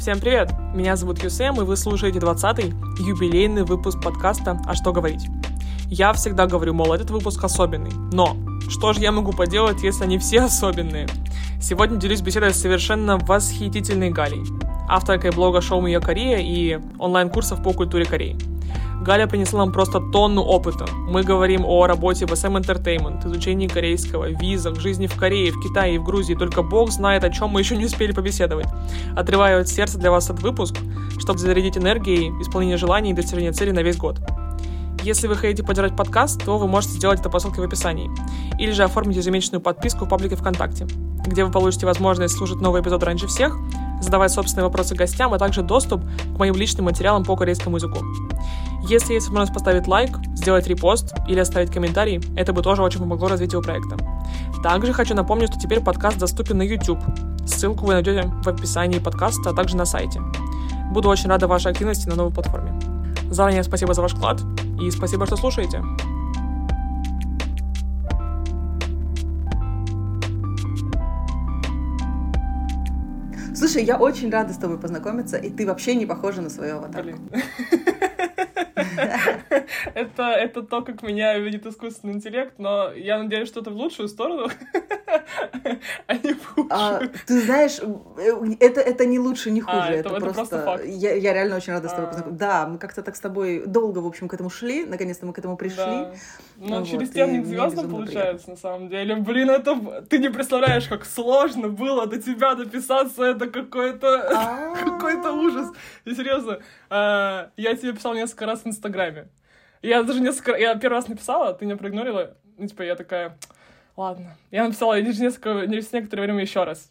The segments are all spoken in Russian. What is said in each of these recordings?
Всем привет! Меня зовут Юсем, и вы слушаете 20-й юбилейный выпуск подкаста «А что говорить?». Я всегда говорю, мол, этот выпуск особенный. Но что же я могу поделать, если они все особенные? Сегодня делюсь беседой с совершенно восхитительной Галей, авторкой блога «Шоу Мия Корея» и онлайн-курсов по культуре Кореи. Галя принесла нам просто тонну опыта. Мы говорим о работе в SM Entertainment, изучении корейского, визах, жизни в Корее, в Китае и в Грузии. Только бог знает, о чем мы еще не успели побеседовать. Отрываю от сердца для вас этот выпуск, чтобы зарядить энергией, исполнение желаний и достижение цели на весь год. Если вы хотите поддержать подкаст, то вы можете сделать это по ссылке в описании. Или же оформить ежемесячную подписку в паблике ВКонтакте, где вы получите возможность слушать новые эпизоды раньше всех, задавать собственные вопросы гостям, а также доступ к моим личным материалам по корейскому языку. Если есть возможность поставить лайк, сделать репост или оставить комментарий, это бы тоже очень помогло развитию проекта. Также хочу напомнить, что теперь подкаст доступен на YouTube. Ссылку вы найдете в описании подкаста, а также на сайте. Буду очень рада вашей активности на новой платформе. Заранее спасибо за ваш вклад и спасибо, что слушаете. Слушай, я очень рада с тобой познакомиться, и ты вообще не похожа на свою аватарку. Это то, как меня видит искусственный интеллект, но я надеюсь, что это в лучшую сторону, а не в худшую. Ты знаешь, это не лучше, не хуже. Это просто факт. Я реально очень рада с тобой познакомиться. Да, мы как-то так с тобой долго, в общем, к этому шли, наконец-то мы к этому пришли. Да. Ну, через терник звездам получается, на самом деле. Блин, это ты не представляешь, как сложно было до тебя дописаться, это какой-то ужас. И серьезно, я тебе писал несколько раз в Инстаграме. Я первый раз написала, ты меня проигнорила, ну, типа, я такая, ладно. Я написала через некоторое время еще раз.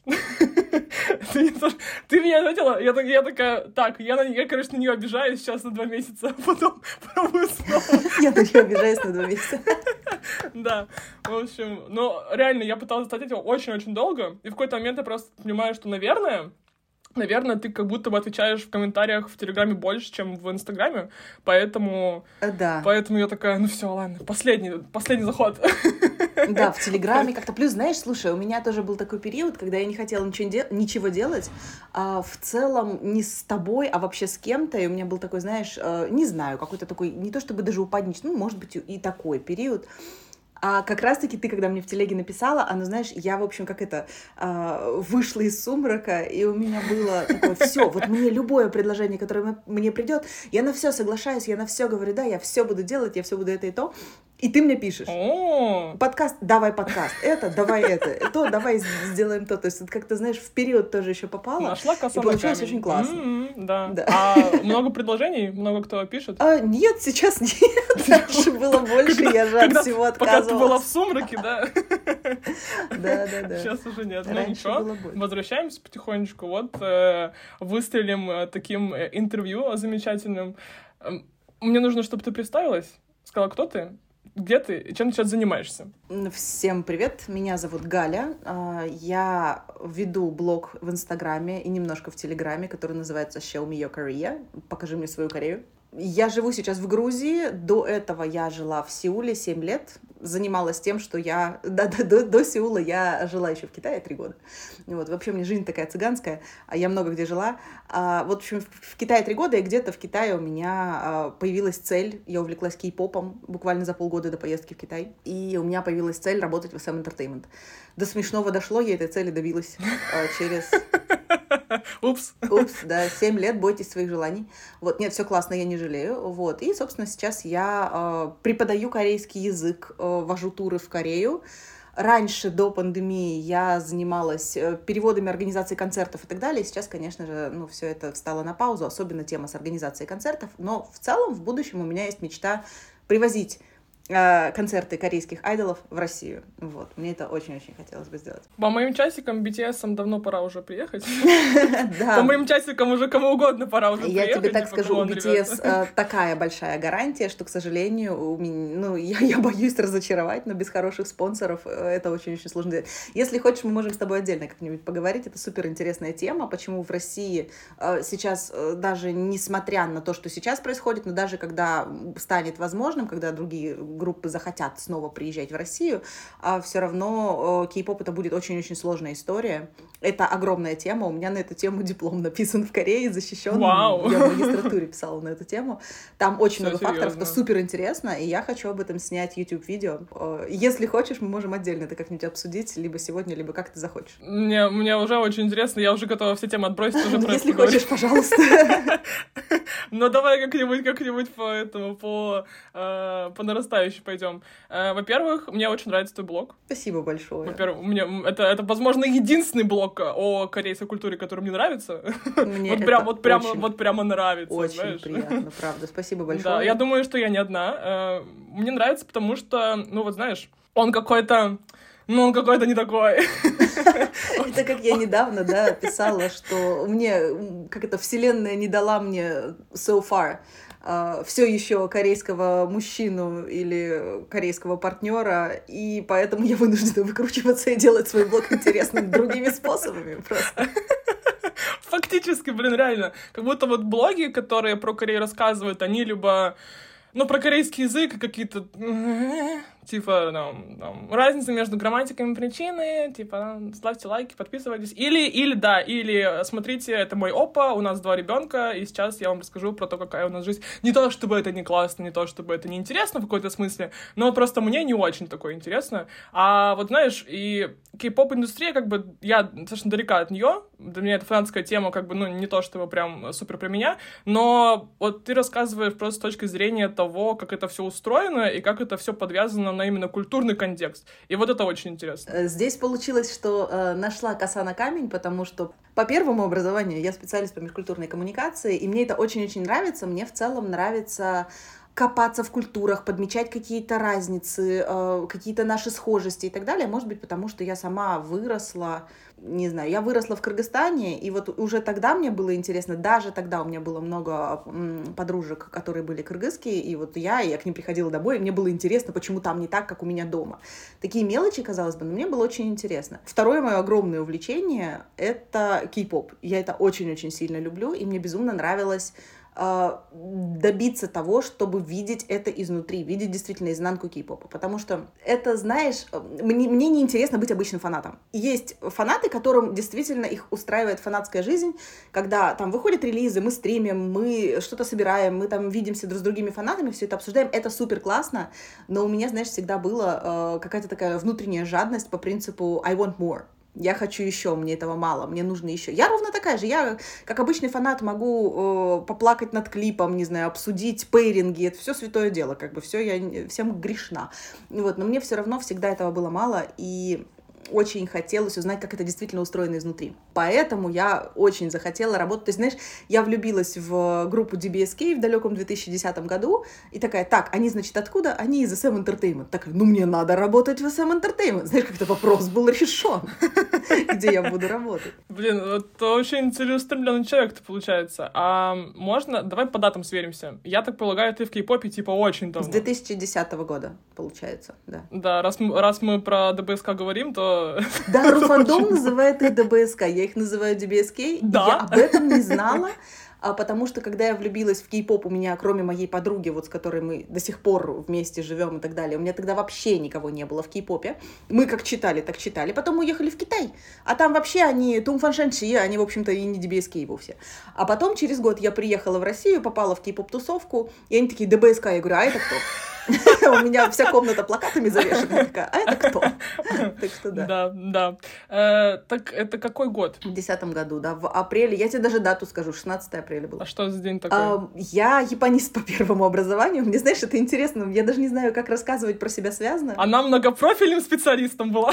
Ты меня ответила, я такая, так, я, короче, на нее обижаюсь сейчас на 2 месяца, а потом пробую снова. Я на нее обижаюсь на 2 месяца. Да, в общем, но реально, я пыталась стать этим очень-очень долго, и в какой-то момент я просто понимаю, что, наверное, ты как будто бы отвечаешь в комментариях в Телеграме больше, чем в Инстаграме, поэтому я такая, ну все, ладно, последний заход. Да, в Телеграме как-то. Плюс, знаешь, слушай, у меня тоже был такой период, когда я не хотела ничего делать, в целом не с тобой, а вообще с кем-то, и у меня был такой, знаешь, не знаю, какой-то такой, не то чтобы даже упадничный, ну, может быть, и такой период. А как раз-таки ты, когда мне в телеге написала, знаешь, я, в общем, вышла из сумрака, и у меня было такое, все, вот мне любое предложение, которое мне придет, я на все соглашаюсь, я на все говорю, да, я все буду делать, я все буду это и то, и ты мне пишешь. Подкаст, давай подкаст, давай то, давай сделаем то. То есть, как-то, знаешь, в период тоже еще попала. Нашла коса и получилось очень классно. Да. А много предложений? Много кто пишет? Нет, сейчас нет. Раньше было больше, я же от всего отказывалась. Пока ты была в сумраке, да? Да. Сейчас уже нет. Ну ничего, возвращаемся потихонечку. Вот выстрелим таким интервью замечательным. Мне нужно, чтобы ты представилась, сказала, кто ты, где ты и чем ты сейчас занимаешься? Всем привет, меня зовут Галя. Я веду блог в Инстаграме и немножко в Телеграме, который называется «Show Mia Korea». Покажи мне свою Корею. Я живу сейчас в Грузии. До этого я жила в Сеуле 7 лет. Занималась тем, что до Сеула я жила еще в Китае 3 года. Вот. Вообще, у меня жизнь такая цыганская. Я много где жила. Вот, в общем, в Китае 3 года, и где-то в Китае у меня появилась цель. Я увлеклась кей-попом буквально за полгода до поездки в Китай. И у меня появилась цель работать в SM Entertainment. До смешного дошло, я этой цели добилась через... Упс, да, 7 лет, бойтесь своих желаний. Вот, нет, все классно, я не жалею. Вот, и, собственно, сейчас я преподаю корейский язык, вожу туры в Корею. Раньше, до пандемии, я занималась переводами организации концертов и так далее. Сейчас, конечно же, все это встало на паузу, особенно тема с организацией концертов. Но в целом, в будущем у меня есть мечта привозить концерты корейских айдолов в Россию. Вот. Мне это очень-очень хотелось бы сделать. По моим часикам BTS давно пора уже приехать. Да. По моим часикам уже кому угодно пора уже приехать. Я тебе так скажу, у BTS такая большая гарантия, что, к сожалению, я боюсь разочаровать, но без хороших спонсоров это очень-очень сложно делать. Если хочешь, мы можем с тобой отдельно как-нибудь поговорить. Это суперинтересная тема, почему в России сейчас, даже несмотря на то, что сейчас происходит, но даже когда станет возможным, когда другие группы захотят снова приезжать в Россию, а все равно кей-поп это будет очень-очень сложная история. Это огромная тема. У меня на эту тему диплом написан в Корее, защищен. Вау. Я в магистратуре писала на эту тему. Там очень Всё много факторов, это серьёзно. супер интересно, и я хочу об этом снять YouTube-видео. Если хочешь, мы можем отдельно это как-нибудь обсудить, либо сегодня, либо как ты захочешь. Мне уже очень интересно, я уже готова все темы отбросить, уже Ну, про это если поговорить. хочешь, пожалуйста. Ну, давай как-нибудь по нарастающей пойдем. Во-первых, мне очень нравится твой блог. Спасибо большое. Во-первых, это, возможно, единственный блог о корейской культуре, который мне нравится. Мне это Вот прямо нравится, очень знаешь. приятно, правда. Спасибо большое. Да, я думаю, что я не одна. Мне нравится, потому что, ну вот знаешь, он какой-то не такой. Это как я недавно, да, писала, что мне, как это, вселенная не дала мне so far все еще корейского мужчину или корейского партнера, и поэтому я вынуждена выкручиваться и делать свой блог интересным другими способами просто. Фактически, реально. Как будто вот блоги, которые про Корею рассказывают, они либо... Ну, про корейский язык какие-то, типа, там, разница между грамматиками причины, типа, ставьте лайки, подписывайтесь. Или смотрите, это мой опа, у нас 2 ребенка, и сейчас я вам расскажу про то, какая у нас жизнь. Не то, чтобы это не классно, не то, чтобы это не интересно в какой-то смысле, но просто мне не очень такое интересно. А вот, знаешь, и кей-поп-индустрия, как бы, я достаточно далека от нее, для меня это фанатская тема, как бы, ну, не то, чтобы прям супер про меня, но вот ты рассказываешь просто с точки зрения того, как это все устроено и как это все подвязано на именно культурный контекст. И вот это очень интересно. Здесь получилось, что нашла коса на камень, потому что по первому образованию я специалист по межкультурной коммуникации, и мне это очень-очень нравится. Мне в целом нравится копаться в культурах, подмечать какие-то разницы, какие-то наши схожести и так далее. Может быть, потому что я сама выросла, не знаю, я выросла в Кыргызстане, и вот уже тогда мне было интересно, даже тогда у меня было много подружек, которые были кыргызские, и вот я к ним приходила домой, и мне было интересно, почему там не так, как у меня дома. Такие мелочи, казалось бы, но мне было очень интересно. Второе мое огромное увлечение — это кей-поп. Я это очень-очень сильно люблю, и мне безумно нравилось добиться того, чтобы видеть это изнутри, видеть действительно изнанку кей-попа, потому что это, знаешь, мне не интересно быть обычным фанатом. Есть фанаты, которым действительно их устраивает фанатская жизнь, когда там выходят релизы, мы стримим, мы что-то собираем, мы там видимся с другими фанатами, все это обсуждаем, это супер классно, но у меня, знаешь, всегда была какая-то такая внутренняя жадность по принципу I want more. Я хочу еще, мне этого мало, мне нужно еще. Я ровно такая же. Я, как обычный фанат, могу поплакать над клипом, не знаю, обсудить пейринги. Это все святое дело, как бы все, я всем грешна. Вот, но мне все равно всегда этого было мало, и очень хотелось узнать, как это действительно устроено изнутри. Поэтому я очень захотела работать. То есть, знаешь, я влюбилась в группу DBSK в далеком 2010 году, и такая, так, они, значит, откуда? Они из SM Entertainment. Такая, ну, мне надо работать в SM Entertainment. Знаешь, как-то вопрос был решен, где я буду работать. Блин, это очень целеустремленный человек-то получается. А можно, давай по датам сверимся. Я так полагаю, ты в кей-попе типа очень давно. С 2010 года, получается, да. Да, раз мы про ДБСК говорим, то... Да, Руфандом называет их ДБСК, я их называю DBSK. Да. Я об этом не знала, потому что, когда я влюбилась в кей-поп, у меня, кроме моей подруги, вот с которой мы до сих пор вместе живем и так далее, у меня тогда вообще никого не было в кей-попе. Мы как читали, так читали. Потом мы уехали в Китай, а там вообще они тумфаншанши, они, в общем-то, и не DBSK вовсе. А потом, через год, я приехала в Россию, попала в кей-поп-тусовку, и они такие, ДБСК, я говорю, а это кто? У меня вся комната плакатами завешена. Я такая, а это кто? Так что да. Да. Так это какой год? В 2010 году, да, в апреле. Я тебе даже дату скажу, 16 апреля было. А что за день такой? Я японист по первому образованию. Мне, знаешь, это интересно. Я даже не знаю, как рассказывать про себя связано. Она многопрофильным специалистом была.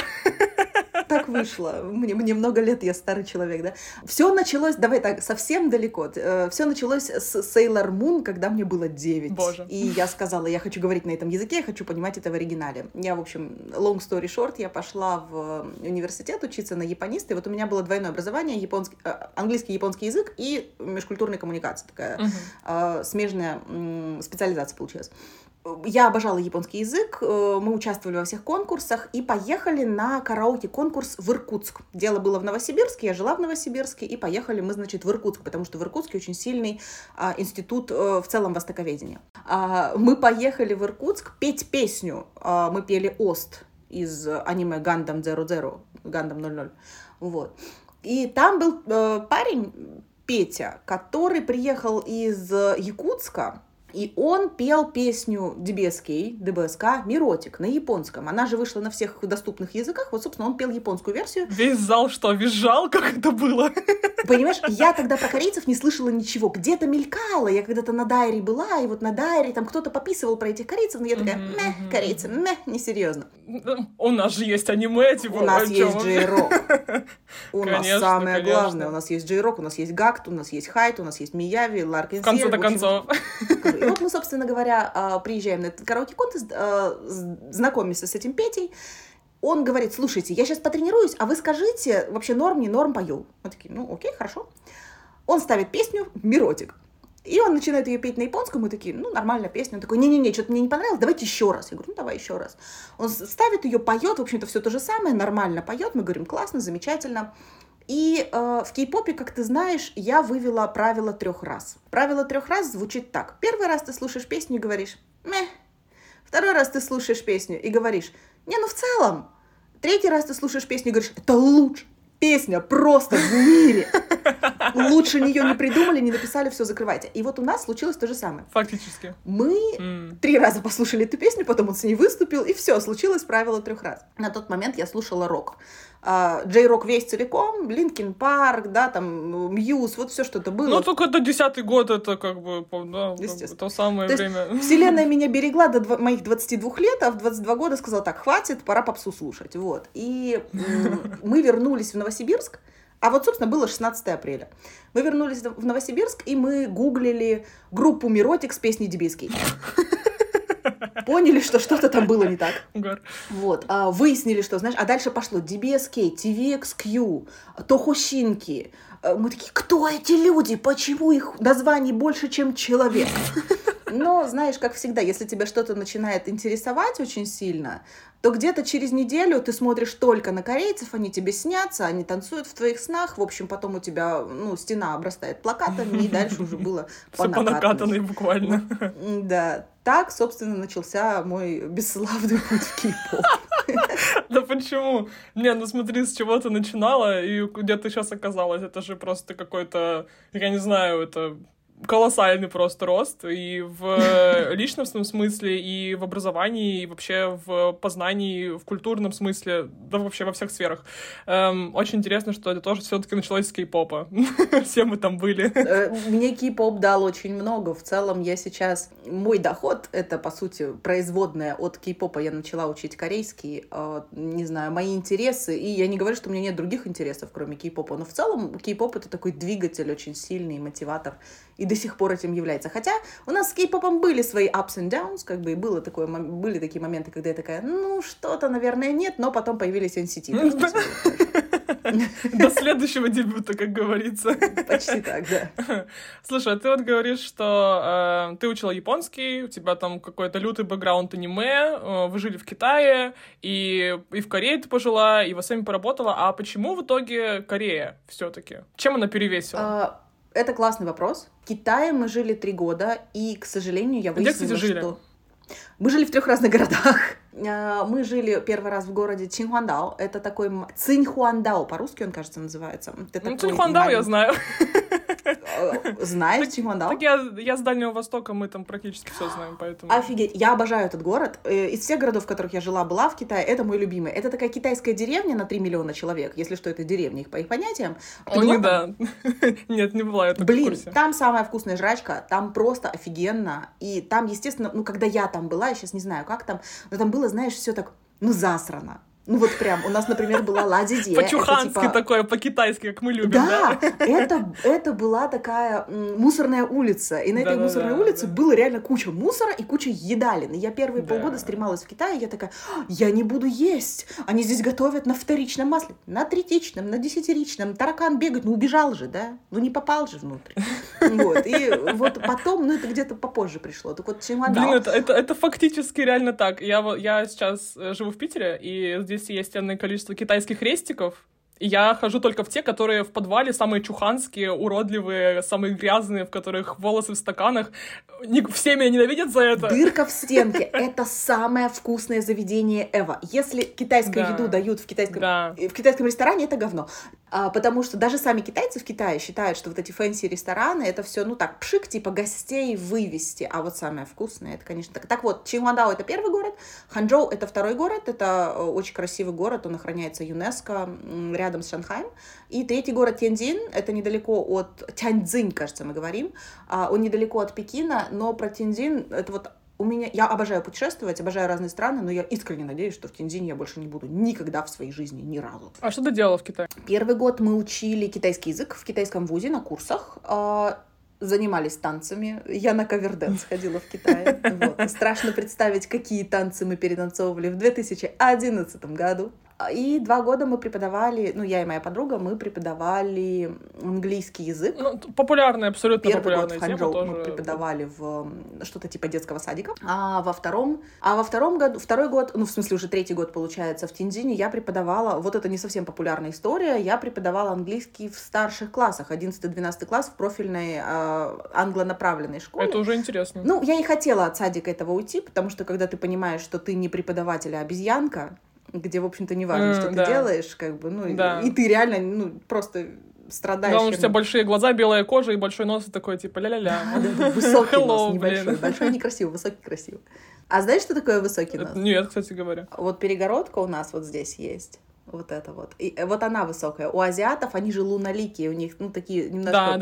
Так вышло. Мне много лет, я старый человек, да. Все началось, давай так, совсем далеко. Все началось с Sailor Moon, когда мне было 9. Боже. И я сказала, я хочу говорить на этом языке, я хочу понимать это в оригинале. Я, в общем, long story short, я пошла в университет учиться на япониста, и вот у меня было двойное образование, английский и японский язык и межкультурная коммуникация, такая смежная специализация получилась. Я обожала японский язык, мы участвовали во всех конкурсах и поехали на караоке-конкурс в Иркутск. Дело было в Новосибирске, я жила в Новосибирске, и поехали мы, значит, в Иркутск, потому что в Иркутске очень сильный институт в целом востоковедения. Мы поехали в Иркутск петь песню, мы пели «Ост» из аниме «Гандам 00», «Гандам 00», вот. И там был парень, Петя, который приехал из Якутска, и он пел песню DBSK «Миротик» на японском. Она же вышла на всех доступных языках. Вот, собственно, он пел японскую версию. Весь зал что, визжал? Как это было? Понимаешь, я тогда про корейцев не слышала ничего. Где-то мелькало. Я когда-то на Дайре была, и вот на Дайре там кто-то пописывал про этих корейцев, но я такая, корейцы, несерьезно. У нас же есть аниме, типа. У нас есть J-Rock. У нас самое главное. У нас есть J-Rock, у нас есть Гакт, у нас есть Хайт, у нас есть Мияви, Ларкин. В конце-то концов. И вот мы, собственно говоря, приезжаем на этот караоке-конкурс, знакомимся с этим Петей. Он говорит: слушайте, я сейчас потренируюсь, а вы скажите, вообще норм, не норм пою. Мы такие, ну окей, хорошо. Он ставит песню «Миротик». И он начинает ее петь на японском, мы такие, ну, нормальная песня. Он такой, не-не-не, что-то мне не понравилось, давайте еще раз. Я говорю, ну, давай еще раз. Он ставит ее, поет, в общем-то, все то же самое, нормально поет. Мы говорим, классно, замечательно. И в кей-попе, как ты знаешь, я вывела правило 3 раз. Правило 3 раз звучит так. Первый раз ты слушаешь песню и говоришь «мeh». Второй раз ты слушаешь песню и говоришь «не, ну в целом». Третий раз ты слушаешь песню и говоришь «это лучшая песня просто в мире». Лучше нее не придумали, не написали, все, закрывайте. И вот у нас случилось то же самое. Фактически. Мы 3 раза послушали эту песню, потом он с ней выступил, и все, случилось правило 3 раз. На тот момент я слушала рок. J-Rock весь целиком, Linkin Park, да, там, Muse, вот все, что это было. Ну, только это 10-й год, это как бы, да, то самое то время. Есть, вселенная меня берегла до моих 22 лет, а в 22 года сказала, так, хватит, пора попсу слушать, вот. И мы вернулись в Новосибирск, а вот, собственно, было 16 апреля. Мы вернулись в Новосибирск, и мы гуглили группу «Миротик» с песней DBSK. Поняли, что что-то там было не так. Вот. Выяснили, что, знаешь, а дальше пошло DBSK, TVXQ, Тохошинки. Мы такие, кто эти люди? Почему их названий больше, чем человек? Но, знаешь, как всегда, если тебя что-то начинает интересовать очень сильно, то где-то через неделю ты смотришь только на корейцев, они тебе снятся, они танцуют в твоих снах, в общем, потом у тебя, ну, стена обрастает плакатами, и дальше уже было по накатанной буквально. Да, так, собственно, начался мой бесславный путь в кей-поп. Да почему? Не, ну смотри, с чего ты начинала, и где ты сейчас оказалась, это же просто какой-то, я не знаю, это... колоссальный просто рост и в личностном смысле, и в образовании, и вообще в познании, в культурном смысле, да вообще во всех сферах. Очень интересно, что это тоже все-таки началось с кей-попа. Все мы там были. Мне кей-поп дал очень много. В целом я сейчас... Мой доход — это, по сути, производная от кей-попа. Я начала учить корейский, не знаю, мои интересы. И я не говорю, что у меня нет других интересов, кроме кей-попа. Но в целом кей-поп — это такой двигатель очень сильный, мотиватор. И до сих пор этим является. Хотя у нас с кей-попом были свои ups and downs, как бы, и были такие моменты, когда я такая, ну, что-то, наверное, нет, но потом появились NCT. До следующего дебюта, как говорится. Почти так, да. Слушай, а ты вот говоришь, что ты учила японский, у тебя там какой-то лютый бэкграунд аниме, вы жили в Китае, и в Корее ты пожила, и в АСЭМе поработала. А почему в итоге Корея все-таки? Чем она перевесила? Это классный вопрос. В Китае мы жили 3 года, и, к сожалению, я выяснила, где, кстати, жили? Что... Мы жили в 3 разных городах. Мы жили первый раз в городе Циньхуандао. Это такой... Циньхуандао, по-русски он, кажется, называется. Ну, Циньхуандао я знаю. Знаешь Циньхуандао? Так я с Дальнего Востока, мы там практически все знаем, поэтому... Офигеть, я обожаю этот город. Из всех городов, в которых я была в Китае, это мой любимый. Это такая китайская деревня на 3 миллиона человек, если что, это деревня, их по их понятиям. О, не да. Нет, не была я так в курсе. Блин, там самая вкусная жрачка, там просто офигенно. И там, естественно, ну, когда я там была, я сейчас не знаю, как там, но там было, знаешь, все так, ну, засрано. Ну вот прям, у нас, например, была ладиде. По-чухански типа... такое, по-китайски, как мы любим, да? Это была такая мусорная улица, и на этой мусорной улице было реально куча мусора и куча едалин. И я первые полгода стремалась в Китае, и я такая, я не буду есть, они здесь готовят на вторичном масле, на третичном, на десятиричном, таракан бегает, ну убежал же, да? Ну не попал же внутрь. Вот, и вот потом, ну, это где-то попозже пришло. Так вот, Чингуандао... Блин, это фактически реально так. Я сейчас живу в Питере, и здесь есть энное количество китайских рестиков, и я хожу только в те, которые в подвале самые чуханские, уродливые, самые грязные, в которых волосы в стаканах. Все меня ненавидят за это. Дырка в стенке — это самое вкусное заведение ever. Если китайскую еду дают в китайском ресторане, это говно. Потому что даже сами китайцы в Китае считают, что вот эти фэнси рестораны — это все, ну так, пшик, типа гостей вывести. А вот самое вкусное — это, конечно, так. Так вот, Чингуандао — это первый город, Ханчжоу — это второй город, это очень красивый город, он охраняется ЮНЕСКО, рядом с Шанхаем. И третий город Тяньцзин, это недалеко от... Тяньцзинь, кажется, мы говорим. Он недалеко от Пекина, но про Тяньцзин, это вот я обожаю путешествовать, обожаю разные страны, но я искренне надеюсь, что в Тяньцзине я больше не буду никогда в своей жизни, ни разу. А что ты делала в Китае? Первый год мы учили китайский язык в китайском вузе на курсах, занимались танцами. Я на кавердэнс ходила в Китае. Вот. Страшно представить, какие танцы мы перетанцовывали в 2011 году. И 2 года мы преподавали, ну, я и моя подруга, мы преподавали английский язык. Ну, популярная, абсолютно Первый популярная год в тема Ханчжоу тоже. мы преподавали в что-то типа детского садика. А во втором году, второй год, ну, в смысле, уже третий год, получается, в Тяньцзине я преподавала, вот это не совсем популярная история, я преподавала английский в старших классах, 11-12 класс в профильной англонаправленной школе. Это уже интересно. Ну, я не хотела от садика этого уйти, потому что когда ты понимаешь, что ты не преподаватель, а обезьянка, где, в общем-то, не важно, что ты делаешь, как бы, ну, и ты реально, ну, просто страдаешь. Главное, что у тебя большие глаза, белая кожа и большой нос, и такой, типа, ля-ля-ля. Высокий нос, небольшой. Большой некрасивый, высокий красивый. А знаешь, что такое высокий нос? Нет, кстати говоря. Вот перегородка у нас вот здесь есть. Вот это вот. И вот она высокая. У азиатов они же луноликие, у них, ну, такие немножко...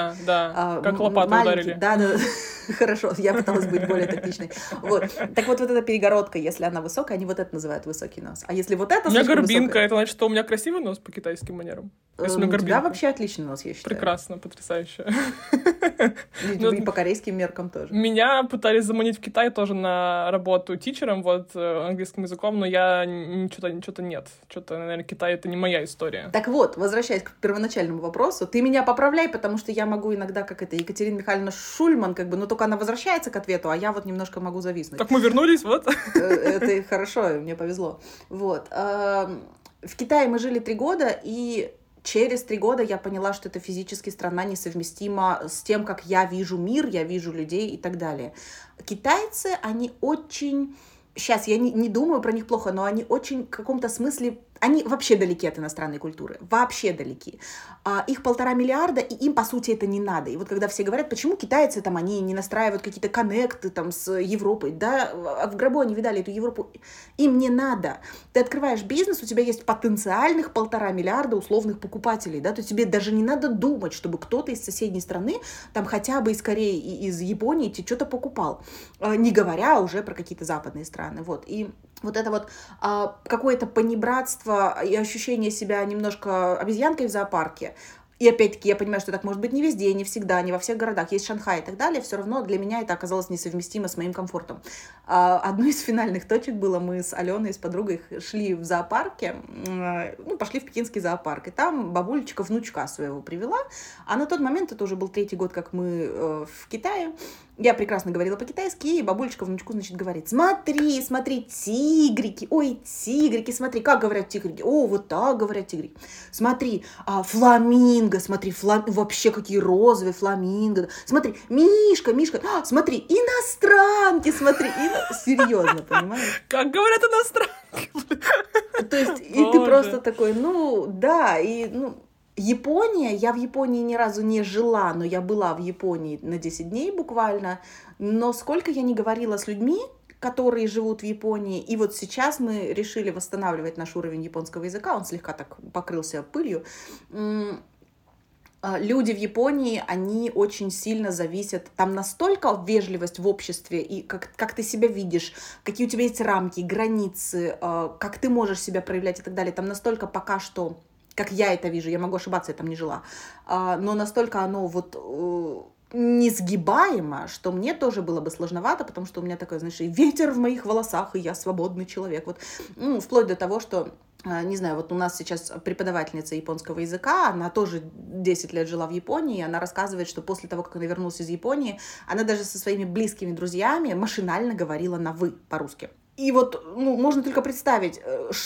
Да. Как лопатой ударили. Да. Хорошо, я пыталась быть более тактичной. Вот. Так вот эта перегородка, если она высокая, они вот это называют высокий нос. А если вот это у меня горбинка, это значит, что у меня красивый нос по китайским манерам? Если у меня горбинка. Да, вообще отличный нос, я считаю. Прекрасно, потрясающе. И по корейским меркам тоже. Меня пытались заманить в Китай тоже на работу тичером, вот, английским языком, но я что-то нет. Что-то, наверное, Китай — это не моя история. Так вот, возвращаясь к первоначальному вопросу, ты меня поправляй, потому что я могу иногда, как это, Екатерина Михайловна Шульман, как бы, но только она возвращается к ответу, а я вот немножко могу зависнуть. Так мы вернулись, вот. Это хорошо, мне повезло. Вот. В Китае мы жили 3 года, и через 3 года я поняла, что эта физически страна несовместима с тем, как я вижу мир, я вижу людей и так далее. Китайцы, они очень... Сейчас я не думаю про них плохо, но они очень в каком-то смысле... Они вообще далеки от иностранной культуры. Вообще далеки. Их 1,5 миллиарда, и им, по сути, это не надо. И вот когда все говорят, почему китайцы там, они не настраивают какие-то коннекты там с Европой, да, в гробу они видали эту Европу. Им не надо. Ты открываешь бизнес, у тебя есть потенциальных 1,5 миллиарда условных покупателей, да, то тебе даже не надо думать, чтобы кто-то из соседней страны, там хотя бы из Кореи и из Японии тебе что-то покупал. Не говоря уже про какие-то западные страны. Вот. И вот это вот какое-то понебратство и ощущение себя немножко обезьянкой в зоопарке. И опять-таки я понимаю, что так может быть не везде, не всегда, не во всех городах. Есть Шанхай и так далее. Все равно для меня это оказалось несовместимо с моим комфортом. Одной из финальных точек было, мы с Аленой, с подругой шли в зоопарке, ну, пошли в пекинский зоопарк. И там бабулечка внучка своего привела. А на тот момент, это уже был 3-й год, как мы в Китае, я прекрасно говорила по-китайски, и бабулечка внучку, значит, говорит: смотри, тигрики, ой, тигрики, смотри, как говорят тигрики, о, вот так говорят тигрики, смотри, фламинго, смотри, вообще какие розовые фламинго, смотри, Мишка, смотри, иностранки, смотри, серьезно, понимаешь? Как говорят иностранки? То есть, и ты просто такой, ну, да, и, ну, Япония, я в Японии ни разу не жила, но я была в Японии на 10 дней буквально, но сколько я не говорила с людьми, которые живут в Японии, и вот сейчас мы решили восстанавливать наш уровень японского языка, он слегка так покрылся пылью. Люди в Японии, они очень сильно зависят, там настолько вежливость в обществе, и как ты себя видишь, какие у тебя есть рамки, границы, как ты можешь себя проявлять и так далее, там настолько пока что, как я это вижу, я могу ошибаться, я там не жила, но настолько оно вот несгибаемо, что мне тоже было бы сложновато, потому что у меня такой, знаешь, и ветер в моих волосах, и я свободный человек, вот, ну, вплоть до того, что не знаю, вот у нас сейчас преподавательница японского языка, она тоже 10 лет жила в Японии, она рассказывает, что после того, как она вернулась из Японии, она даже со своими близкими друзьями машинально говорила на «вы» по-русски. И вот, можно только представить,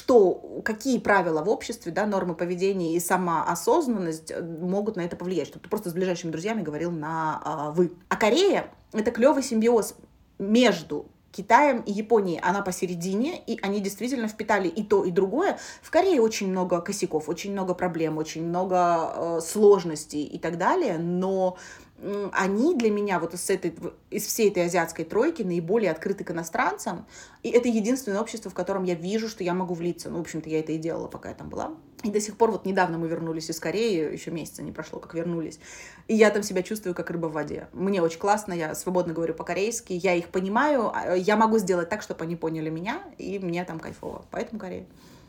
какие правила в обществе, да, нормы поведения и самоосознанность могут на это повлиять, чтобы ты просто с ближайшими друзьями говорил на «вы». А Корея — это клевый симбиоз между Китаем и Японией. Она посередине, и они действительно впитали и то, и другое. В Корее очень много косяков, очень много проблем, очень много сложностей и так далее, но они для меня вот из всей этой азиатской тройки наиболее открыты к иностранцам, и это единственное общество, в котором я вижу, что я могу влиться. В общем-то, я это и делала, пока я там была. И до сих пор, вот недавно мы вернулись из Кореи, еще месяца не прошло, как вернулись, и я там себя чувствую как рыба в воде. Мне очень классно, я свободно говорю по-корейски, я их понимаю, я могу сделать так, чтобы они поняли меня, и мне там кайфово. Поэтому Корея.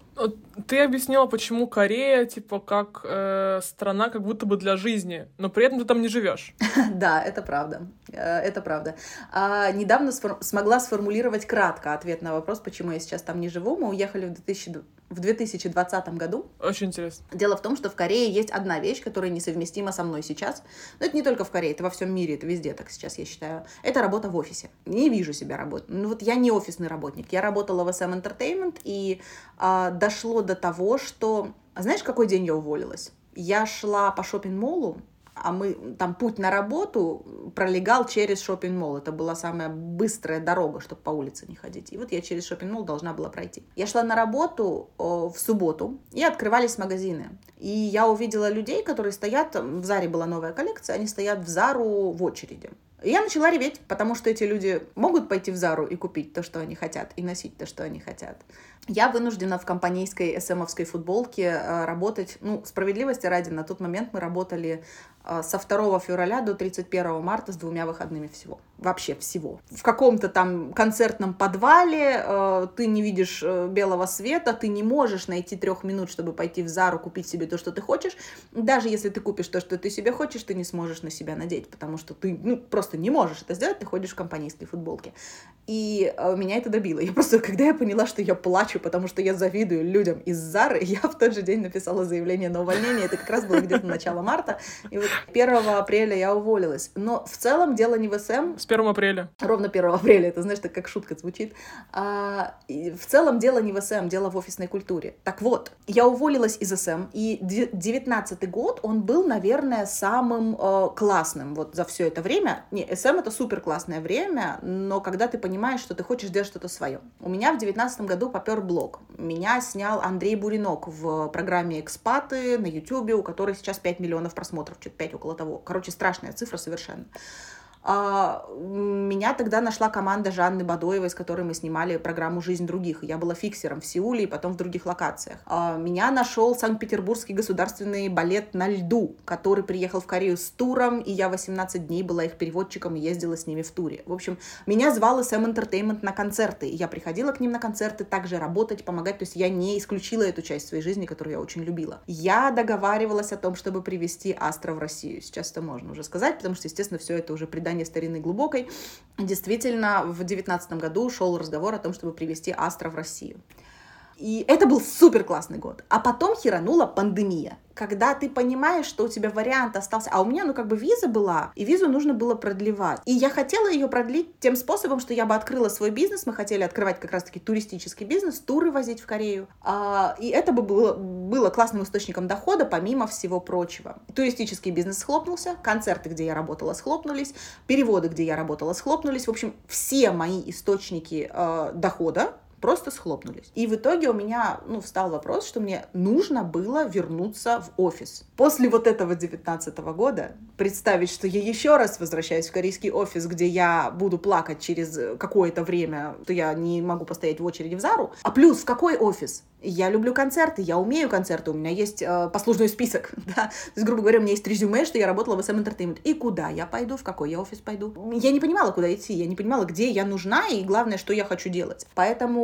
Ты объяснила, почему Корея, как страна как будто бы для жизни, но при этом ты там не живешь. Да, это правда. Это правда. Недавно смогла сформулировать кратко ответ на вопрос, почему я сейчас там не живу. Мы уехали в 2020 году. Очень интересно. Дело в том, что в Корее есть одна вещь, которая несовместима со мной сейчас. Но это не только в Корее, это во всем мире, это везде так сейчас, я считаю. Это работа в офисе. Не вижу себя работать. Я не офисный работник. Я работала в SM Entertainment, и дошло до того, что... Знаешь, в какой день я уволилась? Я шла по шоппинг-моллу, а там путь на работу пролегал через шоппинг-молл. Это была самая быстрая дорога, чтобы по улице не ходить. И вот я через шоппинг-молл должна была пройти. Я шла на работу в субботу, и открывались магазины. И я увидела людей, которые стоят... В Заре была новая коллекция, они стоят в Зару в очереди. И я начала реветь, потому что эти люди могут пойти в Зару и купить то, что они хотят, и носить то, что они хотят. Я вынуждена в компанейской СМовской футболке работать, справедливости ради, на тот момент мы работали со 2 февраля до 31 марта с 2 выходными всего. Вообще всего. В каком-то там концертном подвале ты не видишь белого света, ты не можешь найти 3 минут, чтобы пойти в Зару, купить себе то, что ты хочешь. Даже если ты купишь то, что ты себе хочешь, ты не сможешь на себя надеть, потому что ты просто не можешь это сделать, ты ходишь в компанейской футболке. И меня это добило. Когда я поняла, что я плачу, потому что я завидую людям из Зары, я в тот же день написала заявление на увольнение. Это как раз было где-то начало марта. И вот 1 апреля я уволилась. Но в целом дело не в СМ. С 1 апреля. Ровно 1 апреля. Это, знаешь, так как шутка звучит. В целом дело не в СМ, дело в офисной культуре. Так вот, я уволилась из СМ, и 19-й год, он был, наверное, самым классным вот за все это время. СМ — это супер классное время, но когда ты понимаешь, что ты хочешь делать что-то свое. У меня в 19 году попер блог. Меня снял Андрей Буренок в программе «Экспаты» на Ютубе, у которой сейчас 5 миллионов просмотров, что-то 5 около того. Короче, страшная цифра совершенно. Меня тогда нашла команда Жанны Бадоевой, с которой мы снимали программу «Жизнь других». Я была фиксером в Сеуле и потом в других локациях. Меня нашел Санкт-Петербургский государственный балет «На льду», который приехал в Корею с туром, и я 18 дней была их переводчиком и ездила с ними в туре. В общем, меня звал SM Entertainment на концерты, и я приходила к ним на концерты также работать, помогать. То есть я не исключила эту часть своей жизни, которую я очень любила. Я договаривалась о том, чтобы привезти Астро в Россию. Сейчас это можно уже сказать, потому что, естественно, все это уже предание старинной глубокой. Действительно, в 2019 году шел разговор о том, чтобы привезти Астро в Россию. И это был супер классный год. А потом херанула пандемия. Когда ты понимаешь, что у тебя вариант остался... А у меня, виза была, и визу нужно было продлевать. И я хотела ее продлить тем способом, что я бы открыла свой бизнес. Мы хотели открывать как раз-таки туристический бизнес, туры возить в Корею. И это бы было классным источником дохода, помимо всего прочего. Туристический бизнес схлопнулся, концерты, где я работала, схлопнулись, переводы, где я работала, схлопнулись. В общем, все мои источники дохода просто схлопнулись. И в итоге у меня, встал вопрос, что мне нужно было вернуться в офис. После вот этого 19 года представить, что я еще раз возвращаюсь в корейский офис, где я буду плакать через какое-то время, что я не могу постоять в очереди в Зару. А плюс, в какой офис? Я люблю концерты, я умею концерты, у меня есть послужной список, да? То есть, грубо говоря, у меня есть резюме, что я работала в SM Entertainment. И куда я пойду, в какой я офис пойду? Я не понимала, куда идти, я не понимала, где я нужна, и главное, что я хочу делать. Поэтому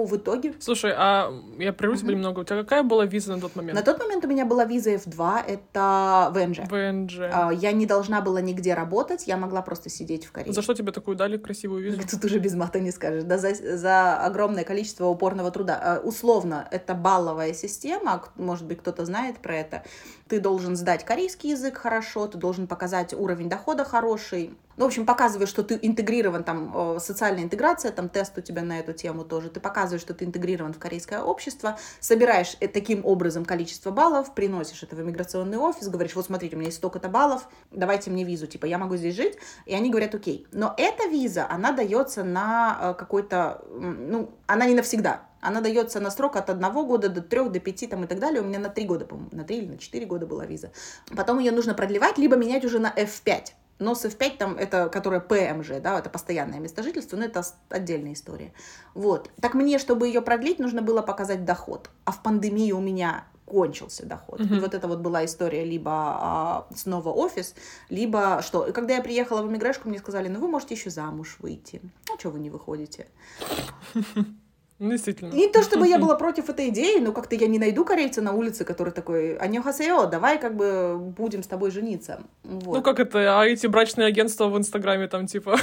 в итоге... Слушай, а я прерву тебя немного. У тебя какая была виза на тот момент? На тот момент у меня была виза F2, это ВНЖ. ВНЖ. Я не должна была нигде работать, я могла просто сидеть в Корее. За что тебе такую дали красивую визу? Тут уже без мата не скажешь. Да, за огромное количество упорного труда. Условно, это балловая система, может быть, кто-то знает про это. Ты должен сдать корейский язык хорошо, ты должен показать уровень дохода хороший. Ну, в общем, показываешь, что ты интегрирован, там, социальная интеграция, там, тест у тебя на эту тему тоже. Ты показываешь, что ты интегрирован в корейское общество, собираешь таким образом количество баллов, приносишь это в иммиграционный офис, говоришь, вот смотрите, у меня есть столько-то баллов, давайте мне визу, типа, я могу здесь жить, и они говорят, окей. Но эта виза, она дается на какой-то, ну, она не навсегда. Она дается на срок от 1 года до 3, до 5 там, и так далее. У меня на 3 года, по-моему, на 3 или на 4 года была виза. Потом ее нужно продлевать, либо менять уже на F5. Но с F5 там, это, которая ПМЖ, да, это постоянное место жительства, но это отдельная история. Вот. Так мне, чтобы ее продлить, нужно было показать доход. А в пандемии у меня кончился доход. И вот это вот была история либо снова офис, либо что. И когда я приехала в иммиграшку, мне сказали, ну вы можете еще замуж выйти. А что вы не выходите? Действительно. Не то чтобы я была против этой идеи, но как-то я не найду корейца на улице, который такой, аньохасео, давай как бы будем с тобой жениться. Вот. Ну как это, а эти брачные агентства в Инстаграме там типа...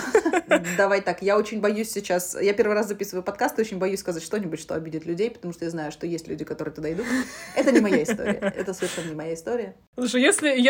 Давай так, я очень боюсь сейчас, я первый раз записываю подкаст, и очень боюсь сказать что-нибудь, что обидит людей, потому что я знаю, что есть люди, которые туда идут. Это не моя история, это совершенно не моя история. Слушай,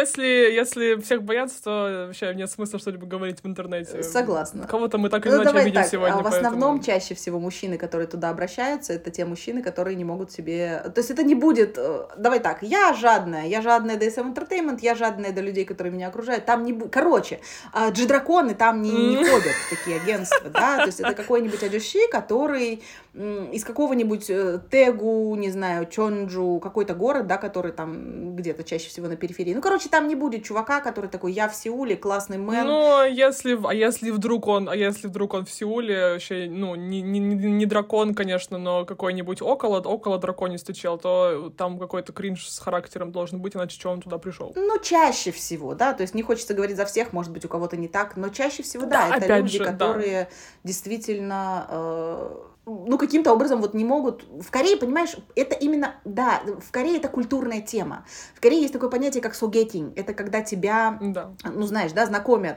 если всех бояться, то вообще нет смысла что-либо говорить в интернете. Согласна. Кого-то мы так или иначе видим сегодня. В основном чаще всего мужчины, которые туда обращаются, это те мужчины, которые не могут себе... То есть это не будет... Давай так, я жадная до SM Entertainment, я жадная до людей, которые меня окружают, там не будет... Короче, G-драконы там не ходят в такие агентства, да, то есть это какой-нибудь аджиши, который из какого-нибудь Тегу, не знаю, Чонджу, какой-то город, да, который там где-то чаще всего на периферии. Ну, короче, там не будет чувака, который такой, я в Сеуле, классный мэн. Ну, если вдруг он в Сеуле, вообще, ну, не дракон, конечно, но какой-нибудь около драконистый чел, то там какой-то кринж с характером должен быть, иначе что он туда пришел? Ну, чаще всего, да, то есть не хочется говорить за всех, может быть, у кого-то не так, но чаще всего, да, это люди, которые действительно... ну, каким-то образом вот не могут... В Корее, понимаешь, это именно... Да, в Корее это культурная тема. В Корее есть такое понятие, как согетинг. Это когда тебя, ну, знаешь, да, знакомят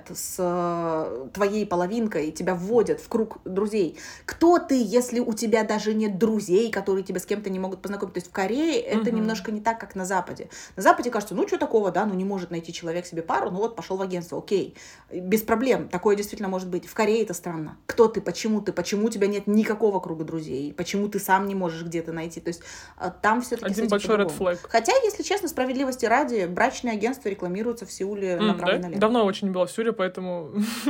с твоей половинкой, тебя вводят в круг друзей. Кто ты, если у тебя даже нет друзей, которые тебя с кем-то не могут познакомить? То есть в Корее это немножко не так, как на Западе. На Западе кажется, ну, что такого, да, ну, не может найти человек себе пару, ну, вот, пошел в агентство, окей. Без проблем, такое действительно может быть. В Корее это странно. Кто ты, почему у тебя нет никакого круга друзей, почему ты сам не можешь где-то найти, то есть там все-таки один большой red flag. Хотя, если честно, справедливости ради, брачные агентства рекламируются в Сеуле направо и налево. Давно очень не была в Сеуле, поэтому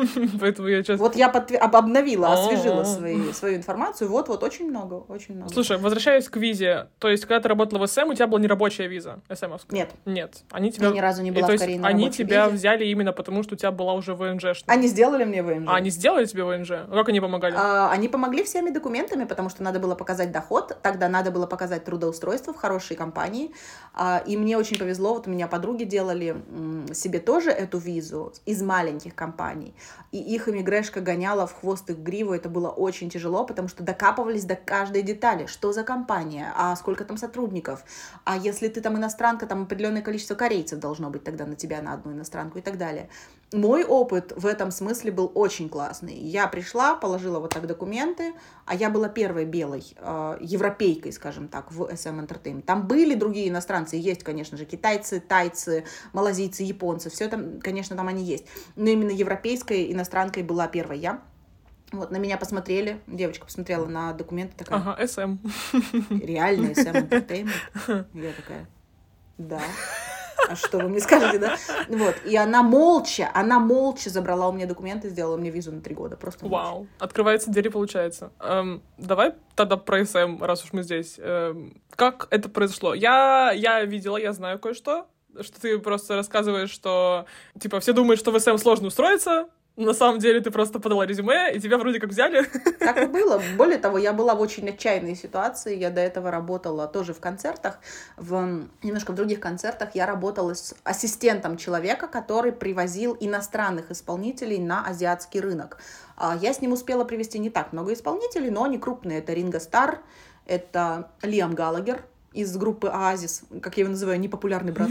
я сейчас... Вот я обновила, освежила свою информацию, вот, очень много. Слушай, возвращаясь к визе, то есть, когда ты работала в СМ, у тебя была нерабочая виза, СМовская? Нет. Они тебя... Я ни разу не была в Корее на они рабочей тебя визе. взяли именно потому, что у тебя была уже ВНЖ. Они сделали мне ВНЖ. Они сделали тебе ВНЖ? Как они помогали? Они помогли всеми документами, потому что надо было показать доход, тогда надо было показать трудоустройство в хорошей компании, и мне очень повезло, вот у меня подруги делали себе тоже эту визу из маленьких компаний, и их иммигрешка гоняла в хвост и в гриву, это было очень тяжело, потому что докапывались до каждой детали, что за компания, а сколько там сотрудников, а если ты там иностранка, там определенное количество корейцев должно быть тогда на тебя, на одну иностранку и так далее. Мой опыт в этом смысле был очень классный. Я пришла, положила вот так документы, а я была первой белой европейкой, скажем так, в SM Entertainment. Там были другие иностранцы, есть, конечно же, китайцы, тайцы, малазийцы, японцы, все там, конечно, там они есть. Но именно европейской иностранкой была первой я. Вот, на меня посмотрели, девочка посмотрела на документы, такая... Ага, SM. Реальный SM Entertainment. Я такая, да. А что вы мне скажете, да? Вот. И она молча забрала у меня документы, сделала мне визу на 3 года. Просто молча. Вау. Открывается дверь, получается. Давай тогда про СМ, раз уж мы здесь. Как это произошло? Я видела, я знаю кое-что, что ты просто рассказываешь, что, типа, все думают, что в СМ сложно устроиться, На самом деле ты просто подала резюме, и тебя вроде как взяли. Так и было. Более того, я была в очень отчаянной ситуации. Я до этого работала тоже в концертах, немножко в других концертах. Я работала с ассистентом человека, который привозил иностранных исполнителей на азиатский рынок. Я с ним успела привезти не так много исполнителей, но они крупные. Это Ринго Старр, это Лиам Галагер из группы Оазис, как я его называю, непопулярный брат.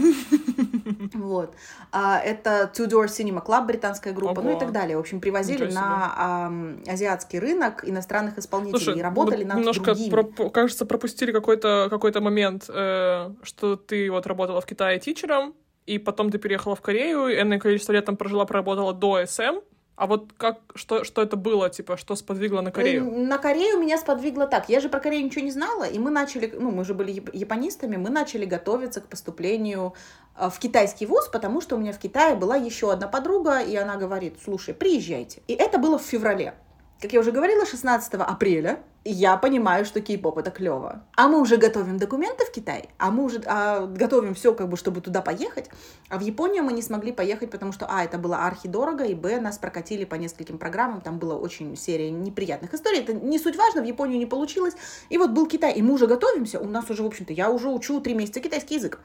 Вот. Это Two Door Cinema Club, британская группа, ну и так далее. В общем, привозили на азиатский рынок иностранных исполнителей. Слушай, и работали над другими. Немножко, кажется, пропустили какой-то момент, что ты вот работала в Китае тичером, и потом ты переехала в Корею, и энное количество лет там проработала до СМ. А вот что это было, типа, что сподвигло на Корею? На Корею меня сподвигло так. Я же про Корею ничего не знала, и мы начали, мы же были японистами, мы начали готовиться к поступлению в китайский вуз, потому что у меня в Китае была еще одна подруга, и она говорит: слушай, приезжайте. И это было в феврале. Как я уже говорила, 16 апреля. Я понимаю, что кей-поп — это клево. А мы уже готовим документы в Китай, а мы уже готовим все, как бы, чтобы туда поехать. А в Японию мы не смогли поехать, потому что, это было архидорого, и, нас прокатили по нескольким программам, там была очень серия неприятных историй. Это не суть важно, в Японию не получилось. И вот был Китай, и мы уже готовимся, у нас уже, в общем-то, я уже учу 3 месяца китайский язык.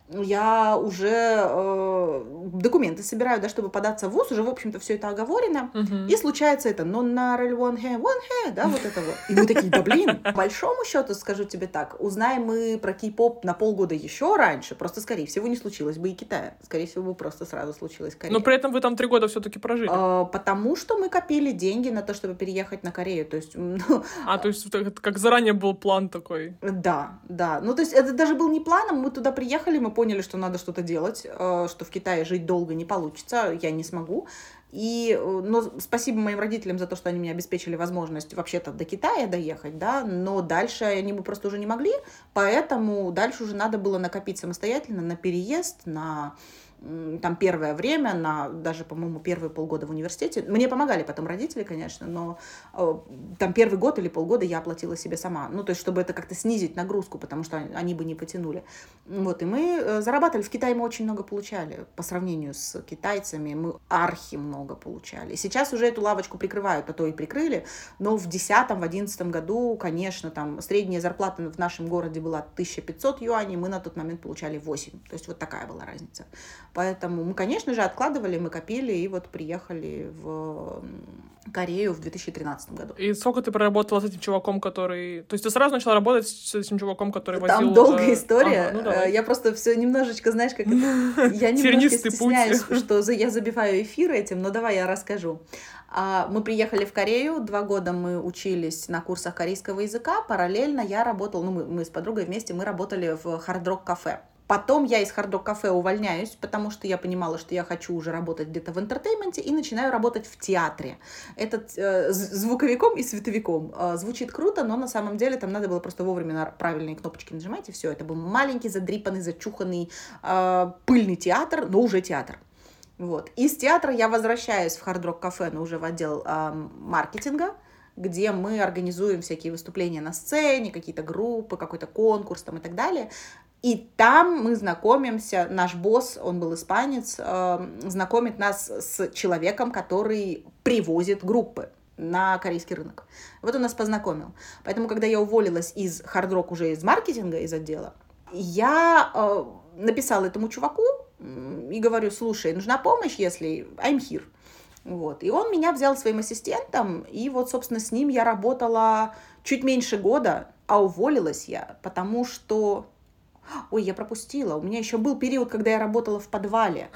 Я уже документы собираю, да, чтобы податься в вуз, уже, в общем-то, все это оговорено. И случается это «non-narrel one hair», да, вот это вот. И мы такие: да блин, по большому счету, скажу тебе так, узнаем мы про кей-поп на полгода еще раньше, просто, скорее всего, не случилось бы и Китая. Скорее всего, бы просто сразу случилось Корея. Но при этом вы там 3 года все-таки прожили. Потому что мы копили деньги на то, чтобы переехать на Корею. То есть, то есть это как заранее был план такой? Да. Ну, то есть это даже был не планом. Мы туда приехали, мы поняли, что надо что-то делать, что в Китае жить долго не получится, я не смогу. Но спасибо моим родителям за то, что они мне обеспечили возможность вообще-то до Китая доехать, да, но дальше они бы просто уже не могли, поэтому дальше уже надо было накопить самостоятельно на переезд, на там первое время, на даже, по-моему, первые полгода в университете. Мне помогали потом родители, конечно, но там первый год или полгода я оплатила себе сама. Ну, то есть, чтобы это как-то снизить нагрузку, потому что они бы не потянули. Вот, и мы зарабатывали. В Китае мы очень много получали. По сравнению с китайцами мы архи много получали. Сейчас уже эту лавочку прикрывают, а то и прикрыли. Но в 2010-2011 году, конечно, там средняя зарплата в нашем городе была 1500 юаней, мы на тот момент получали 8. То есть, вот такая была разница. Поэтому мы, конечно же, откладывали, мы копили, и вот приехали в Корею в 2013 году. И сколько ты проработала с этим чуваком, который... То есть ты сразу начала работать с этим чуваком, который возил... Там долгая история. Давай. Я просто все немножечко, знаешь, как это... Я немножко стесняюсь, что я забиваю эфир этим, но давай я расскажу. Мы приехали в Корею, 2 года мы учились на курсах корейского языка, параллельно я работала, мы с подругой вместе, мы работали в хард-рок-кафе. Потом я из хард-рок-кафе увольняюсь, потому что я понимала, что я хочу уже работать где-то в интертейменте, и начинаю работать в театре. Это звуковиком и световиком. Звучит круто, но на самом деле там надо было просто вовремя на правильные кнопочки нажимать, и все. Это был маленький, задрипанный, зачуханный, пыльный театр, но уже театр. Вот. Из театра я возвращаюсь в хард-рок-кафе, но уже в отдел маркетинга, где мы организуем всякие выступления на сцене, какие-то группы, какой-то конкурс там и так далее. И там мы знакомимся, наш босс, он был испанец, знакомит нас с человеком, который привозит группы на корейский рынок. Вот он нас познакомил. Поэтому, когда я уволилась из хард-рок, уже из маркетинга, из отдела, я написала этому чуваку и говорю: слушай, нужна помощь, если I'm here. Вот. И он меня взял своим ассистентом, и вот, собственно, с ним я работала чуть меньше года, а уволилась я, потому что... Ой, я пропустила. У меня еще был период, когда я работала в подвале.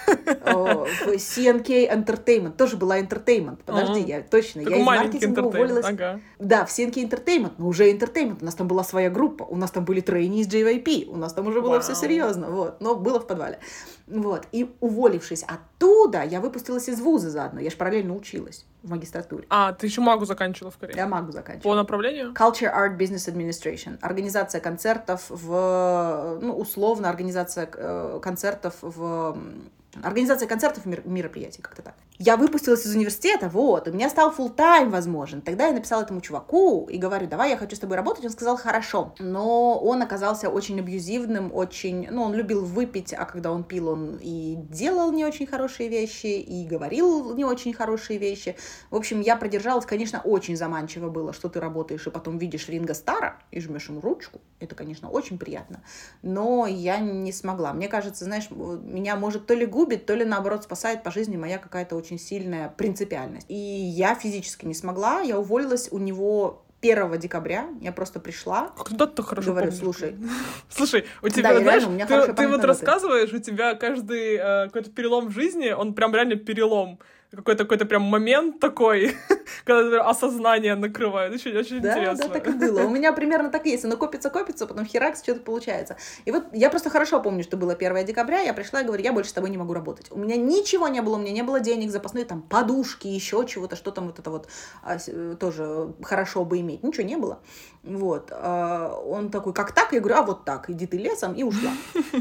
В CNK Entertainment. Тоже была Entertainment. Подожди, я точно. Я из маркетинга уволилась. Да, в CNK Entertainment. Но уже Entertainment. У нас там была своя группа. У нас там были трейни из JYP. У нас там уже было все серьезно. Вот. Но было в подвале. Вот. И уволившись оттуда, я выпустилась из вуза заодно. Я же параллельно училась в магистратуре. Ты еще магу заканчивала в Корее? Я магу заканчивала. По направлению? Culture, Art, Business Administration. Организация концертов условно, организация концертов в Организация концертов и мероприятий, как-то так. Я выпустилась из университета, вот, у меня стал фулл-тайм возможен. Тогда я написала этому чуваку и говорю, давай, я хочу с тобой работать. Он сказал, хорошо. Но он оказался очень абьюзивным, очень, ну, он любил выпить, а когда он пил, он и делал не очень хорошие вещи, и говорил не очень хорошие вещи. В общем, я продержалась, конечно, очень заманчиво было, что ты работаешь, и потом видишь Ринго Стара и жмешь ему ручку. Это, конечно, очень приятно. Но я не смогла. Мне кажется, знаешь, меня может то ли губит, то ли, наоборот, спасает по жизни моя какая-то очень сильная принципиальность. И я физически не смогла. Я уволилась у него 1 декабря. Я просто пришла. Когда ты хорошо говорю, помнишь. слушай, у тебя, да, знаешь, реально, у меня ты вот рассказываешь, у тебя каждый какой-то перелом в жизни, он прям реально перелом. Какой-то прям момент такой, когда осознание накрывает. Очень интересно. Да, так и было. У меня примерно так и есть. Оно копится, потом херакс, что-то получается. И вот я просто хорошо помню, что было 1 декабря, я пришла и говорю, я больше с тобой не могу работать. У меня ничего не было, у меня не было денег, запасные там подушки, еще чего-то, что там вот это вот тоже хорошо бы иметь. Ничего не было. Вот. Он такой, как так? Я говорю, а вот так, иди ты лесом, и ушла.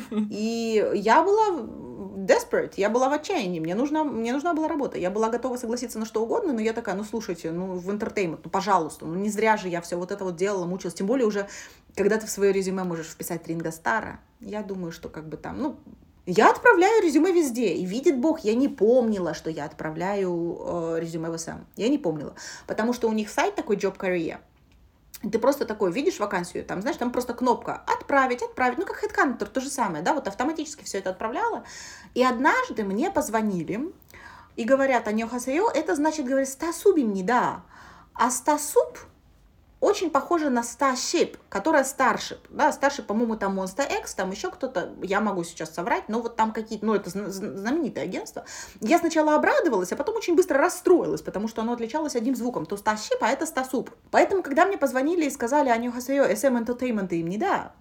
И я была desperate, я была в отчаянии, мне нужна была работа. Я была готова согласиться на что угодно, но я такая, ну, слушайте, ну, в entertainment, ну, пожалуйста, ну, не зря же я все вот это вот делала, мучилась. Тем более уже, когда ты в свое резюме можешь вписать Ринго Стара, я думаю, что как бы там, ну, я отправляю резюме везде, и видит Бог, я не помнила, что я отправляю резюме в СМ. Я не помнила, потому что у них сайт такой Job Career. Ты просто такой видишь вакансию, там, знаешь, там просто кнопка «Отправить», ну, как HeadHunter, то же самое, да, вот автоматически все это отправляла. И однажды мне позвонили и говорят, «Аньохасеё», это значит, говорит, «Стасубимни», да, а «Стасуб» очень похоже на Starship, которая Starship, да, Starship, по-моему, там Monster X, там еще кто-то, я могу сейчас соврать, но вот там какие-то, ну, это знаменитое агентство. Я сначала обрадовалась, а потом очень быстро расстроилась, потому что оно отличалось одним звуком, то Starship, а это Stasup. Поэтому, когда мне позвонили и сказали, «Аньохасеё, SM Entertainment им не да»,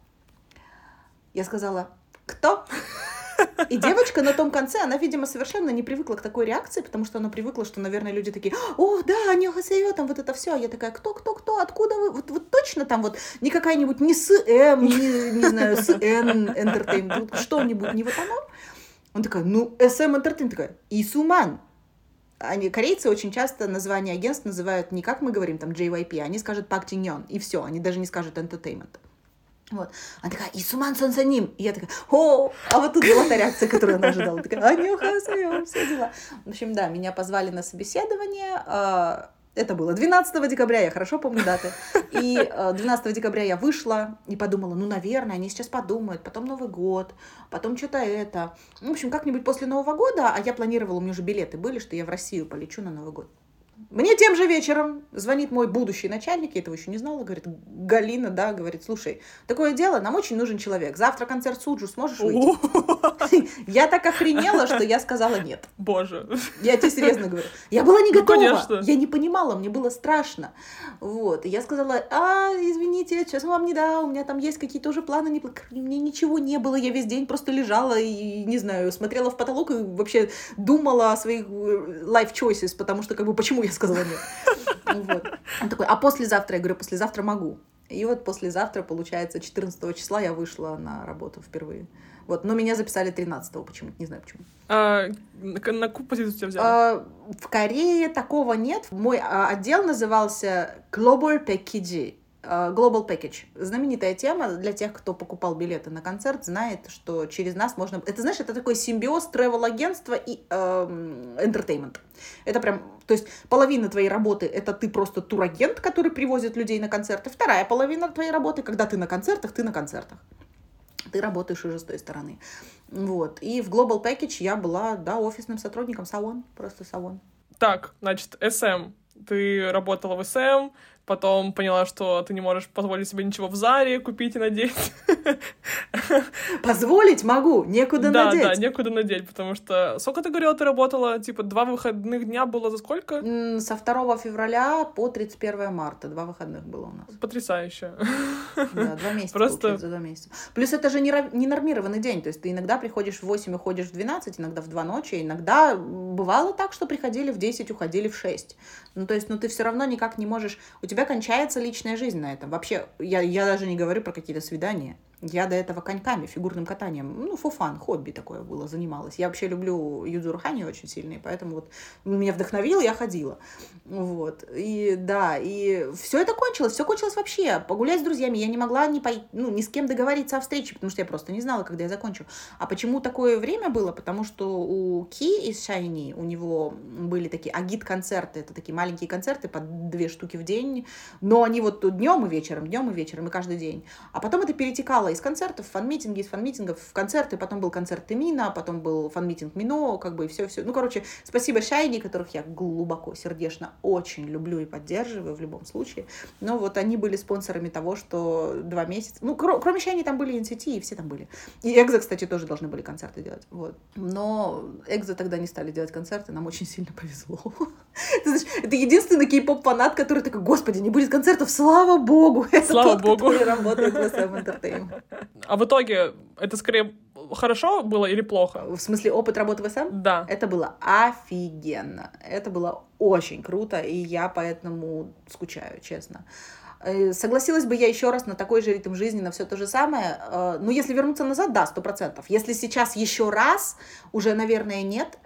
я сказала, «Кто?» И девочка на том конце, она, видимо, совершенно не привыкла к такой реакции, потому что она привыкла, что, наверное, люди такие, о, да, аньохасеё, там вот это все. А я такая, кто, откуда вы? Вот точно там вот не какая-нибудь, не СМ, не знаю, СН Entertainment, что-нибудь, не вот оно? Он такая, ну, SM Entertainment, такая, Исуман. Они, корейцы, очень часто название агентств называют не как мы говорим, там, JYP, они скажут Park Jin-yeon, и все, они даже не скажут Entertainment. Вот. Она такая, «Исуман Сонсаним». И я такая, о, а вот тут была та реакция, которую она ожидала. Такая, «Аньохасеё», все дела. В общем, да, меня позвали на собеседование. Это было 12 декабря, я хорошо помню даты. И 12 декабря я вышла и подумала, ну, наверное, они сейчас подумают, потом Новый год, потом что-то это. В общем, как-нибудь после Нового года, а я планировала, у меня уже билеты были, что я в Россию полечу на Новый год. Мне тем же вечером звонит мой будущий начальник, я этого еще не знала, говорит, Галина, да, говорит, слушай, такое дело, нам очень нужен человек, завтра концерт Суджу, сможешь выйти? Я так охренела, что я сказала нет. Боже. Я тебе серьезно говорю. Я была не готова, конечно. Я не понимала, мне было страшно. Вот, и я сказала, извините, сейчас вам не дам, у меня там есть какие-то уже планы, мне ничего не было, я весь день просто лежала и, не знаю, смотрела в потолок и вообще думала о своих life choices, потому что, как бы, почему я сказала нет. Вот. Он такой, а послезавтра? Я говорю, послезавтра могу. И вот послезавтра, получается, 14 числа я вышла на работу впервые. Вот, но меня записали 13-го почему-то, не знаю почему. На какую позицию тебя взяли? В Корее такого нет. Мой отдел назывался Global Package. Global Package. Знаменитая тема для тех, кто покупал билеты на концерт, знает, что через нас можно... Это, знаешь, это такой симбиоз travel-агентства и entertainment. Это прям... То есть половина твоей работы — это ты просто турагент, который привозит людей на концерты. Вторая половина твоей работы, когда ты на концертах, Ты работаешь уже с той стороны. Вот. И в Global Package я была, да, офисным сотрудником, салон, просто салон. Так, значит, СМ. Ты работала в СМ, потом поняла, что ты не можешь позволить себе ничего в Заре купить и надеть. Позволить могу, некуда надеть. Да, некуда надеть, потому что... Сколько ты говорила, ты работала? Типа 2 выходных дня было за сколько? Со 2 февраля по 31 марта. 2 выходных было у нас. Потрясающе. Да, 2 месяца, Просто... получается, 2 месяца. Плюс это же не нормированный день, то есть ты иногда приходишь в 8 и ходишь в 12, иногда в 2 ночи, иногда бывало так, что приходили в 10, уходили в 6. Ну, то есть, ты все равно никак не можешь... У тебя кончается личная жизнь на этом. Вообще, я даже не говорю про какие-то свидания. Я до этого коньками, фигурным катанием, ну, for fun, хобби такое было, занималась. Я вообще люблю Юдзу Хани очень сильно, и поэтому вот меня вдохновило, я ходила. Вот. И да, и все это кончилось, все кончилось вообще. Погулять с друзьями я не могла ни с кем договориться о встрече, потому что я просто не знала, когда я закончу. А почему такое время было? Потому что у Ки из Shiny, у него были такие агит-концерты, это такие маленькие концерты по 2 штуки в день, но они вот днем и вечером, и каждый день. А потом это перетекало из концертов в фан-митинги, из фан-митингов в концерты, потом был концерт Темина, потом был фан-митинг Мино, как бы и все-все. Ну, короче, спасибо Shiny, которых я глубоко, сердечно очень люблю и поддерживаю в любом случае. Но вот они были спонсорами того, что 2 месяца... Ну, кроме Shiny там были NCT, и все там были. И Экзо, кстати, тоже должны были концерты делать. Вот. Но Экзо тогда не стали делать концерты, нам очень сильно повезло. Ты знаешь, это единственный кей-поп-фанат, который такой: господи, не будет концертов, слава богу! Это слава тот, богу. который работает в SM Entertainment. А в итоге это скорее хорошо было или плохо? В смысле, опыт работы в SM? Да. Это было офигенно. Это было очень круто, и я поэтому скучаю, честно. Согласилась бы я еще раз на такой же ритм жизни, на все то же самое. Ну, если вернуться назад, да, 100%. Если сейчас еще раз, уже, наверное, нет.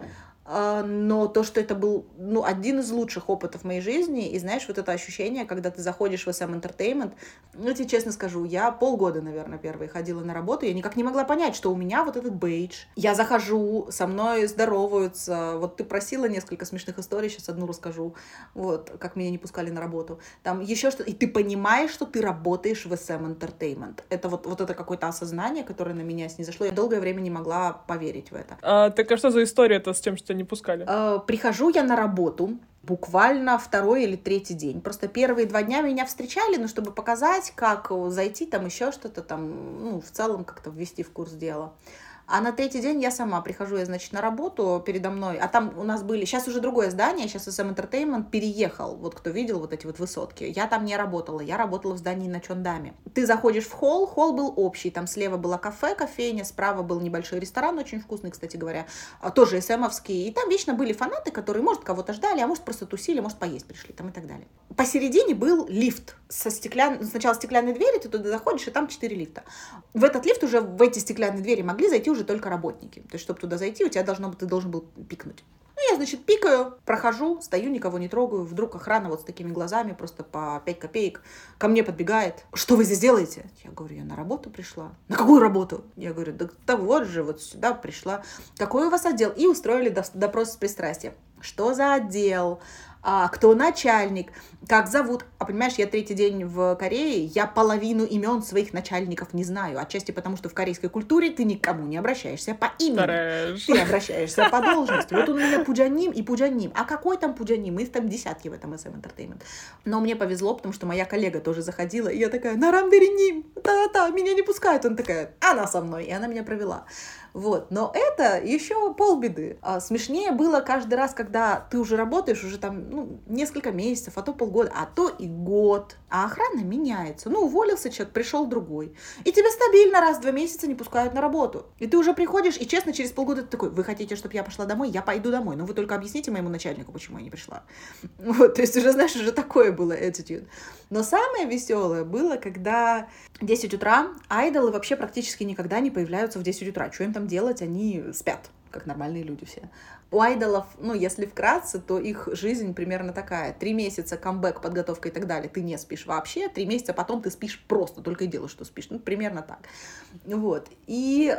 Но то, что это был, ну, один из лучших опытов моей жизни, и знаешь, вот это ощущение, когда ты заходишь в SM Entertainment, ну, я тебе честно скажу, я полгода, наверное, первые ходила на работу, я никак не могла понять, что у меня вот этот бейдж. Я захожу, со мной здороваются, вот ты просила несколько смешных историй, сейчас одну расскажу, вот, как меня не пускали на работу, там еще что-то, и ты понимаешь, что ты работаешь в SM Entertainment. Это вот это какое-то осознание, которое на меня снизошло, я долгое время не могла поверить в это. Так а что за история-то с тем, что не пускали? Прихожу я на работу буквально 2-й или 3-й день. Просто первые 2 дня меня встречали, ну, чтобы показать, как зайти, там еще что-то там, ну, в целом как-то ввести в курс дела. А на 3-й день я сама прихожу, я, значит, на работу передо мной, а там у нас были, сейчас уже другое здание, сейчас SM Entertainment переехал, вот кто видел вот эти вот высотки, я там не работала, я работала в здании на Чондаме. Ты заходишь в холл был общий, там слева было кафе, кофейня, справа был небольшой ресторан, очень вкусный, кстати говоря, тоже SM-овский, и там вечно были фанаты, которые, может, кого-то ждали, а может, просто тусили, может, поесть пришли, там и так далее. Посередине был лифт, сначала стеклянные двери, ты туда заходишь, и там 4 лифта. В этот лифт уже, в эти стеклянные двери могли зайти уже только работники. То есть, чтобы туда зайти, ты должен был пикнуть. Ну, я, значит, пикаю, прохожу, стою, никого не трогаю. Вдруг охрана вот с такими глазами, просто по 5 копеек, ко мне подбегает. Что вы здесь делаете? Я говорю, я на работу пришла. На какую работу? Я говорю, да вот же, вот сюда пришла. Какой у вас отдел? И устроили допрос с пристрастием. Что за отдел? Кто начальник, как зовут. А понимаешь, я 3-й день в Корее, я половину имен своих начальников не знаю. Отчасти потому, что в корейской культуре ты никому не обращаешься по имени. Ты обращаешься по должности. Вот он у меня Пуджаним и Пуджаним. А какой там Пуджаним? Их там десятки в этом SM Entertainment. Но мне повезло, потому что моя коллега тоже заходила, и я такая, Нарамдериним, да-да-да, меня не пускают. Он такая, она со мной, и она меня провела. Вот, но это еще полбеды. Смешнее было каждый раз, когда ты уже работаешь, уже там, ну, несколько месяцев, а то полгода, а то и год, а охрана меняется. Ну, уволился человек, пришел другой. И тебя стабильно раз в 2 месяца не пускают на работу. И ты уже приходишь, и честно, через полгода ты такой, вы хотите, чтобы я пошла домой? Я пойду домой, но вы только объясните моему начальнику, почему я не пришла. Вот, то есть уже, знаешь, уже такое было attitude. Но самое веселое было, когда 10 утра, айдолы вообще практически никогда не появляются в 10 утра. Что им там делать? Они спят, как нормальные люди все. У айдолов, ну, если вкратце, то их жизнь примерно такая. 3 месяца камбэк, подготовка и так далее, ты не спишь вообще. 3 месяца потом ты спишь просто, только и делаешь, что спишь. Ну, примерно так. Вот. И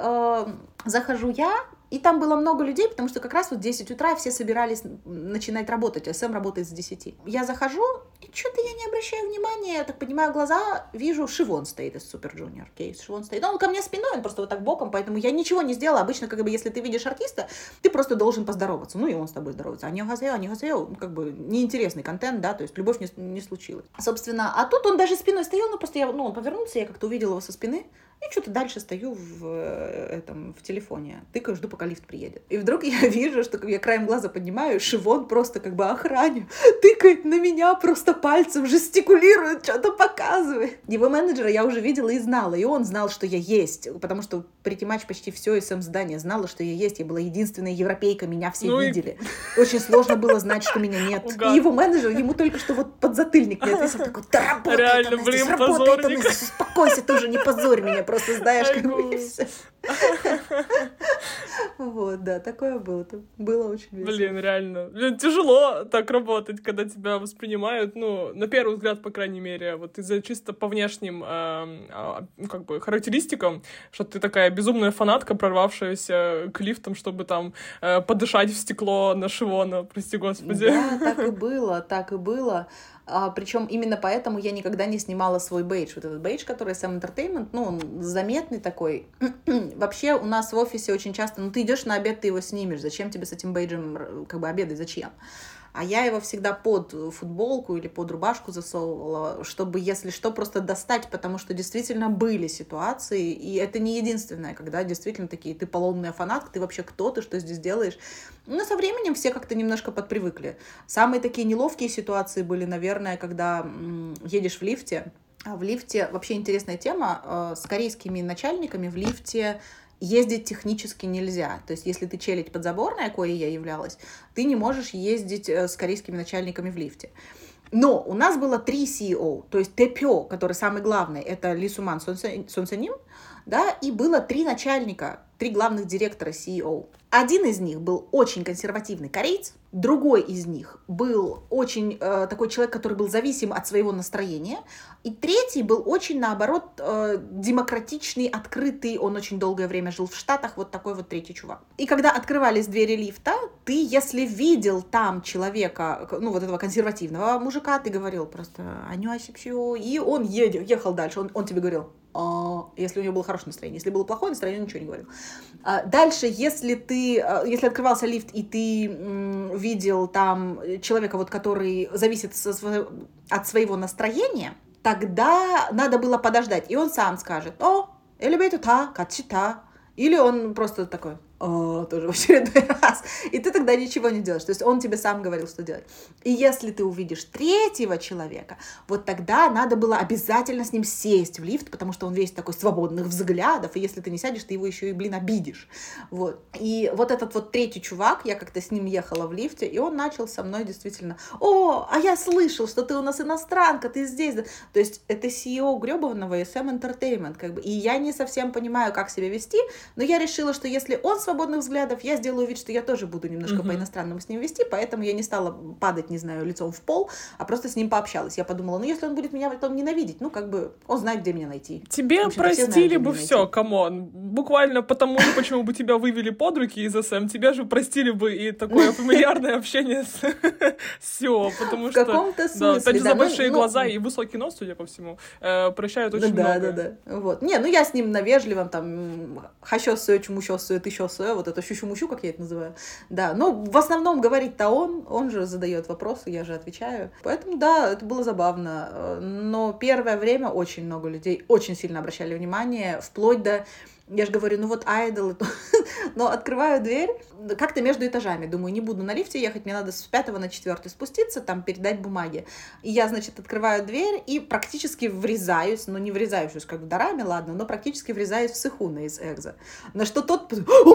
захожу я, и там было много людей, потому что как раз вот в 10 утра все собирались начинать работать, а Сэм работает с 10. Я захожу, и что-то я не обращаю внимания, я так поднимаю глаза, вижу, Шивон стоит из Super Junior. Кейс Шивон стоит. Он ко мне спиной, он просто вот так боком, поэтому я ничего не сделала. Обычно, как бы, если ты видишь артиста, ты просто должен поздороваться. Ну, и он с тобой здоровается. Аньохасео, как бы неинтересный контент, да, то есть любовь не случилась. Собственно, а тут он даже спиной стоял, ну, просто он повернулся, я как-то увидела его со спины, и что-то дальше стою в телефоне, тыкаю, жду, пока лифт приедет. И вдруг я вижу, что я краем глаза поднимаю, Шивон просто как бы охране тыкает на меня просто пальцем, жестикулирует, что-то показывает. Его менеджера я уже видела и знала, и он знал, что я есть, потому что Pretty почти все СМ-здание знало, что я есть. Я была единственная европейка, меня все видели. Очень сложно было знать, что меня нет. И его менеджер, ему только что вот подзатыльник не ответил, такой: да работай, реально, блин, позорник. Успокойся, ты уже не позорь меня, просто знаешь, как бы, и все. Вот, да, такое было. Это было очень весело. Блин, реально. Блин, тяжело так работать, когда тебя воспринимают, ну, на первый взгляд, по крайней мере, вот из-за чисто по внешним, как бы, характеристикам, что ты такая безумная фанатка, прорвавшаяся к лифтам, чтобы там подышать в стекло на Шивона, прости господи. Да, так и было, так и было. Причем именно поэтому я никогда не снимала свой бейдж. Вот этот бейдж, который SM Entertainment, ну, он заметный такой. Вообще у нас в офисе очень часто, ну, ты идешь на обед, ты его снимешь. Зачем тебе с этим бейджем как бы обедать? Зачем? А я его всегда под футболку или под рубашку засовывала, чтобы, если что, просто достать, потому что действительно были ситуации, и это не единственное, когда действительно такие, ты полоумная фанатка, ты вообще кто, ты что здесь делаешь? Но со временем все как-то немножко подпривыкли. Самые такие неловкие ситуации были, наверное, когда едешь в лифте. В лифте вообще интересная тема, с корейскими начальниками в лифте ездить технически нельзя. То есть, если ты челядь подзаборная, коей я являлась, ты не можешь ездить с корейскими начальниками в лифте. Но у нас было 3 CEO, то есть ТПО, который самый главный, это Ли Суман Сонсеним, да, и было 3 начальника, 3 главных директора CEO. Один из них был очень консервативный кореец, другой из них был очень такой человек, который был зависим от своего настроения, и третий был очень, наоборот, демократичный, открытый, он очень долгое время жил в Штатах, вот такой вот третий чувак. И когда открывались двери лифта, ты, если видел там человека, ну, вот этого консервативного мужика, ты говорил просто «анюасипсио», и он ехал дальше, он тебе говорил, если у него было хорошее настроение. Если было плохое настроение, он ничего не говорил. Дальше, если открывался лифт, и ты видел там человека, вот, который зависит от своего настроения, тогда надо было подождать. И он сам скажет: «О, элевейтор та, катчи та». Или он просто такой тоже в очередной раз. И ты тогда ничего не делаешь. То есть он тебе сам говорил, что делать. И если ты увидишь третьего человека, вот тогда надо было обязательно с ним сесть в лифт, потому что он весь такой свободных взглядов, и если ты не сядешь, ты его еще и, обидишь. Вот. И вот этот вот третий чувак, я как-то с ним ехала в лифте, и он начал со мной действительно: «О, а я слышал, что ты у нас иностранка, ты здесь». То есть это CEO гребаного SM Entertainment, как бы. И я не совсем понимаю, как себя вести, но я решила, что если он свободных взглядов, я сделаю вид, что я тоже буду немножко по-иностранному с ним вести, поэтому я не стала падать, не знаю, лицом в пол, а просто с ним пообщалась. Я подумала, ну, если он будет меня потом ненавидеть, ну, как бы, он знает, где меня найти. Тебе простили бы все, камон. Буквально потому, почему бы тебя вывели под руки из СМ, тебя же простили бы и такое фамильярное общение с SEO, потому что... В каком-то смысле, да. Опять же, за большие глаза и высокий нос, судя по всему, прощают очень много. Да. Вот. Не, ну, я с ним на вежливом, там, хащёсуэ, чумущёсуэ, тыщёсуэ, вот это щущу-мущу, как я это называю. Да, но в основном говорит-то он же задает вопросы, я же отвечаю. Поэтому, да, это было забавно. Но первое время очень много людей очень сильно обращали внимание, вплоть до... Я же говорю, ну вот айдолы, но открываю дверь как-то между этажами. Думаю, не буду на лифте ехать, мне надо с 5 на 4 спуститься, там передать бумаги. И я, значит, открываю дверь и практически врезаюсь, ну не врезаюсь как в Дораме, ладно, но практически врезаюсь в Сэхуна из Экзо. На что тот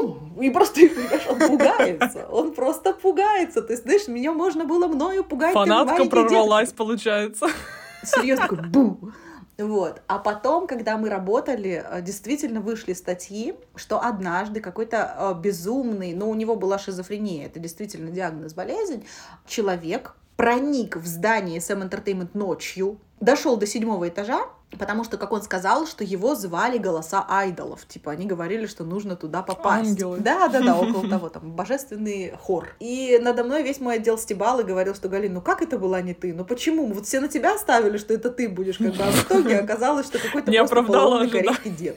и просто пугается, он просто пугается. То есть, знаешь, меня можно было мною пугать. Фанатка прорвалась, получается. Серьезно, такой бу. Вот. А потом, когда мы работали, действительно вышли статьи, что однажды какой-то безумный, но у него была шизофрения, это действительно диагноз, болезнь, человек проник в здание SM Entertainment ночью, дошел до 7 этажа, потому что, как он сказал, что его звали голоса айдолов. Типа, они говорили, что нужно туда попасть. Ангелы. Да, около того, там, божественный хор. И надо мной весь мой отдел стебал и говорил, что, Галин, ну как это была не ты? Ну почему? Вот все на тебя ставили, что это ты будешь, как бы, а в итоге оказалось, что какой-то просто полоумный корейский дед.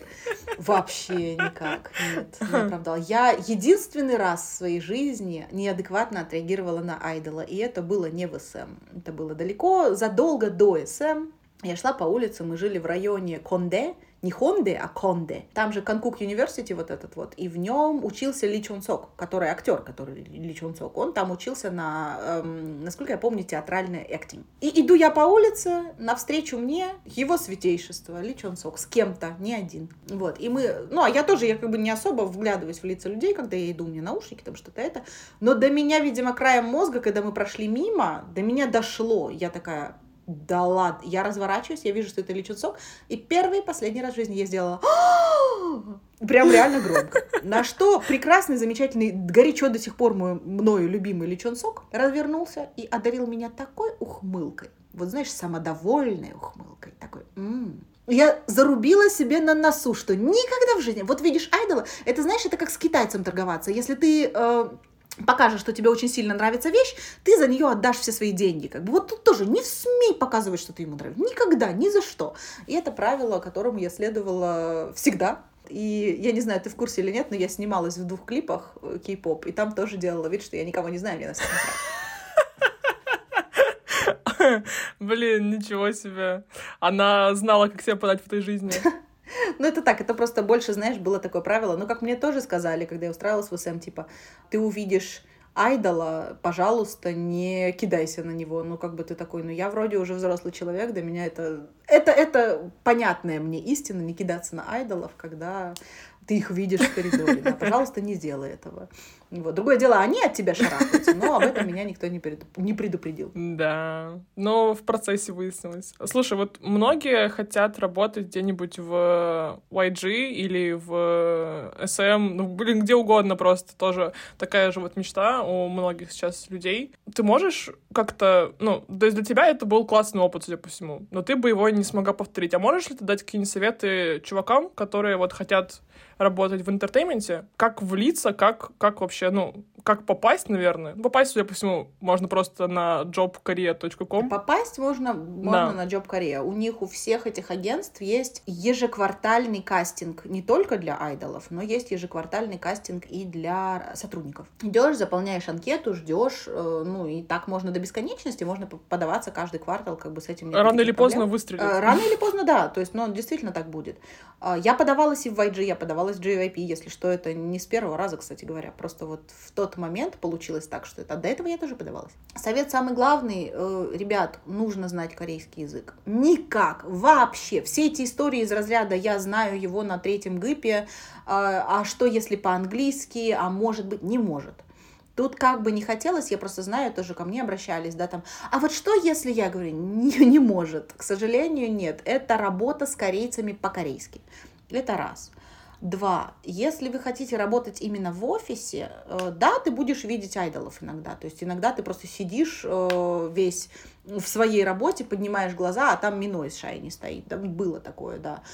Вообще никак. Нет, не оправдал. Я единственный раз в своей жизни неадекватно отреагировала на айдола, и это было не в СМ. Это было далеко, задолго до СМ. Я шла по улице, мы жили в районе Конде, не Хонде, а Конде. Там же Конкук University вот этот вот, и в нем учился Ли Чун Сок, который актер, который Ли Чун Сок. Он там учился на, насколько я помню, театральный актинг. И иду я по улице, навстречу мне его святейшество Ли Чун Сок с кем-то, не один. Вот, и мы, ну, а я тоже, я как бы не особо вглядываюсь в лица людей, когда я иду, у меня наушники, там что-то это, но до меня, видимо, краем мозга, когда мы прошли мимо, до меня дошло, я такая... Да ладно, я разворачиваюсь, я вижу, что это Ли Чун Сок, и первый и последний раз в жизни я сделала прям реально громко. На что прекрасный, замечательный, горячо до сих пор мною любимый Ли Чун Сок развернулся и одарил меня такой ухмылкой. Вот знаешь, самодовольной ухмылкой. Такой, Я зарубила себе на носу, что никогда в жизни... Вот видишь айдола, это, знаешь, это как с китайцем торговаться. Если ты... покажешь, что тебе очень сильно нравится вещь, ты за нее отдашь все свои деньги. Как бы вот тут тоже не смей показывать, что ты ему нравишься. Никогда, ни за что. И это правило, которому я следовала всегда. И я не знаю, ты в курсе или нет, но я снималась в 2 клипах кей-поп, и там тоже делала вид, что я никого не знаю, мне на всех насрать. Блин, ничего себе. Она знала, как себя подать в этой жизни. Ну, это так, это просто больше, знаешь, было такое правило. Ну, как мне тоже сказали, когда я устраивалась в СМ, типа, ты увидишь айдола, пожалуйста, не кидайся на него. Ну, как бы ты такой, ну, я вроде уже взрослый человек, для меня это понятная мне истина, не кидаться на айдолов, когда ты их видишь в коридоре. Да, пожалуйста, не сделай этого. Вот. Другое дело, они от тебя шарахаются, но об этом меня никто не предупредил. Да, но в процессе выяснилось. Слушай, вот многие хотят работать где-нибудь в YG или в SM, ну, блин, где угодно просто. Тоже такая же вот мечта у многих сейчас людей. Ты можешь как-то, ну, то есть для тебя это был классный опыт, судя по всему, но ты бы его не смогла повторить. А можешь ли ты дать какие-нибудь советы чувакам, которые вот хотят работать в интертейменте? Как влиться, как вообще, ну, как попасть, наверное? Попасть, судя по всему, можно просто на jobkorea.com. Попасть можно на Job Korea. У них, у всех этих агентств есть ежеквартальный кастинг не только для айдолов, но есть ежеквартальный кастинг и для сотрудников. Идешь, заполняешь анкету, ждешь, ну, и так можно до бесконечности, можно подаваться каждый квартал, как бы с этим нет Рано или проблем. поздно выстрелит. Рано или поздно, да, то есть, ну, действительно так будет. Я подавалась и в YG, я подавалась в JYP, если что, это не с первого раза, кстати говоря, просто вот в тот момент получилось так, что это. До этого я тоже подавалась. Совет самый главный, ребят, нужно знать корейский язык. Никак, вообще. Все эти истории из разряда «я знаю его на 3-м ГИПе», а что если по-английски, а может быть, не может. Тут как бы не хотелось, я просто знаю, тоже ко мне обращались, да, там, а вот что если я говорю, не может, к сожалению, нет, это работа с корейцами по-корейски, это раз. 2. Если вы хотите работать именно в офисе, да, ты будешь видеть айдолов иногда. То есть иногда ты просто сидишь весь в своей работе, поднимаешь глаза, а там Миной с Шайни стоит. Да, было такое, да.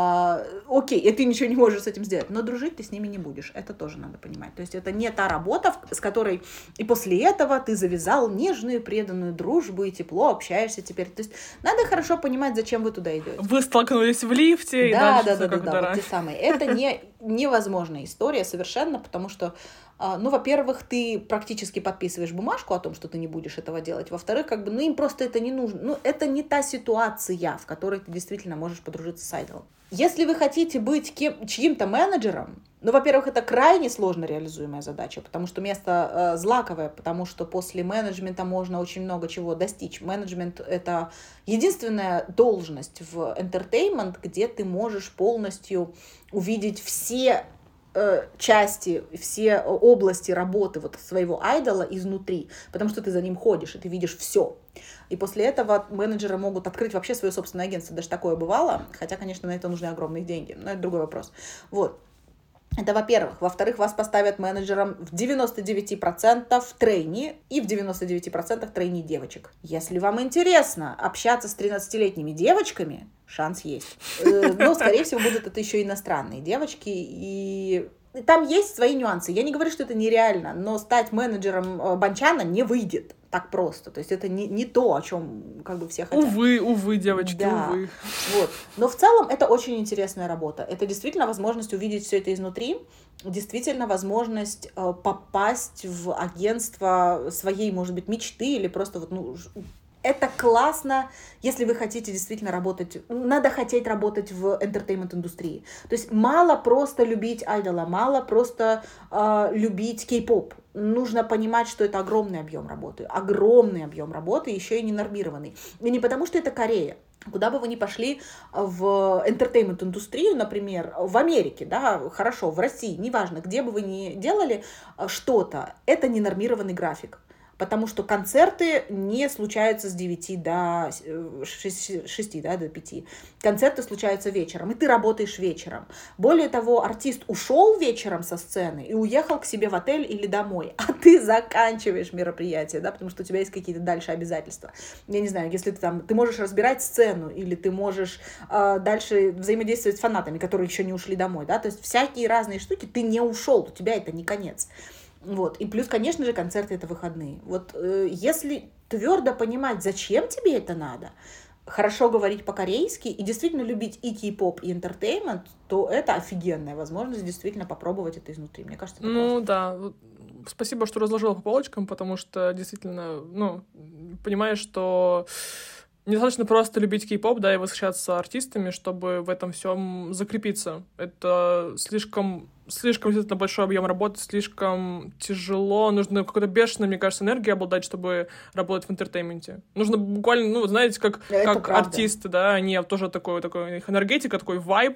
Окей, и ты ничего не можешь с этим сделать, но дружить ты с ними не будешь. Это тоже надо понимать. То есть это не та работа, с которой и после этого ты завязал нежную, преданную дружбу и тепло общаешься теперь. То есть надо хорошо понимать, зачем вы туда идете. Вы столкнулись в лифте, и дальше всё как да, вот те самые. Это невозможная история совершенно, потому что, ну, во-первых, ты практически подписываешь бумажку о том, что ты не будешь этого делать. Во-вторых, как бы, ну, им просто это не нужно. Ну, это не та ситуация, в которой ты действительно можешь подружиться с айдолом. Если вы хотите быть чьим-то менеджером, ну, во-первых, это крайне сложно реализуемая задача, потому что место злаковое, потому что после менеджмента можно очень много чего достичь. Менеджмент — это единственная должность в entertainment, где ты можешь полностью увидеть все части, все области работы вот своего айдола изнутри, потому что ты за ним ходишь, и ты видишь все. И после этого менеджеры могут открыть вообще свое собственное агентство. Даже такое бывало, хотя, конечно, на это нужны огромные деньги, но это другой вопрос. Вот. Это во-первых. Во-вторых, вас поставят менеджером в 99% трейни и в 99% трейни девочек. Если вам интересно общаться с 13-летними девочками, шанс есть. Но, скорее всего, будут это еще иностранные девочки, и там есть свои нюансы. Я не говорю, что это нереально, но стать менеджером Банчана не выйдет так просто. То есть это не то, о чем как бы все хотят. Увы, девочки, да. увы. Вот. Но в целом это очень интересная работа. Это действительно возможность увидеть все это изнутри, действительно возможность попасть в агентство своей, может быть, мечты или просто вот, ну, это классно, если вы хотите действительно работать, надо хотеть работать в entertainment-индустрии. То есть мало просто любить айдола, мало просто любить кей-поп. Нужно понимать, что это огромный объем работы, еще и ненормированный. И не потому, что это Корея. Куда бы вы ни пошли в entertainment-индустрию, например, в Америке, да, хорошо, в России, неважно, где бы вы ни делали что-то, это ненормированный график. Потому что концерты не случаются с 9 до 6, да, до 5. Концерты случаются вечером, и ты работаешь вечером. Более того, артист ушел вечером со сцены и уехал к себе в отель или домой, а ты заканчиваешь мероприятие, да, потому что у тебя есть какие-то дальше обязательства. Я не знаю, если ты можешь разбирать сцену, или ты можешь дальше взаимодействовать с фанатами, которые еще не ушли домой, да, то есть всякие разные штуки, ты не ушел, у тебя это не конец. Вот. И плюс, конечно же, концерты — это выходные. Вот если твердо понимать, зачем тебе это надо, хорошо говорить по-корейски и действительно любить и кей-поп, и интертеймент, то это офигенная возможность действительно попробовать это изнутри. Мне кажется, это классно. Да. Спасибо, что разложила по полочкам, потому что действительно, понимаешь, что недостаточно просто любить кей-поп, да, и восхищаться артистами, чтобы в этом всем закрепиться. Это слишком действительно большой объем работы, слишком тяжело, нужно какой-то бешеной, мне кажется, энергией обладать, чтобы работать в интертейменте. Нужно буквально, знаете, как артисты, да, они тоже такой их энергетика, такой вайб,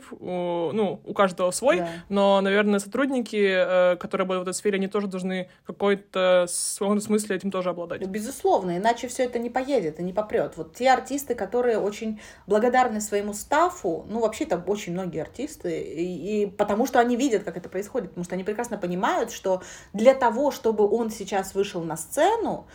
у каждого свой, да. Но, наверное, сотрудники, которые работают в этой сфере, они тоже должны в каком-то смысле этим тоже обладать. Безусловно, иначе все это не поедет и не попрет. Вот те артисты, которые очень благодарны своему стафу, вообще-то очень многие артисты, и потому что они видят, как это происходит, потому что они прекрасно понимают, что для того, чтобы он сейчас вышел на сцену,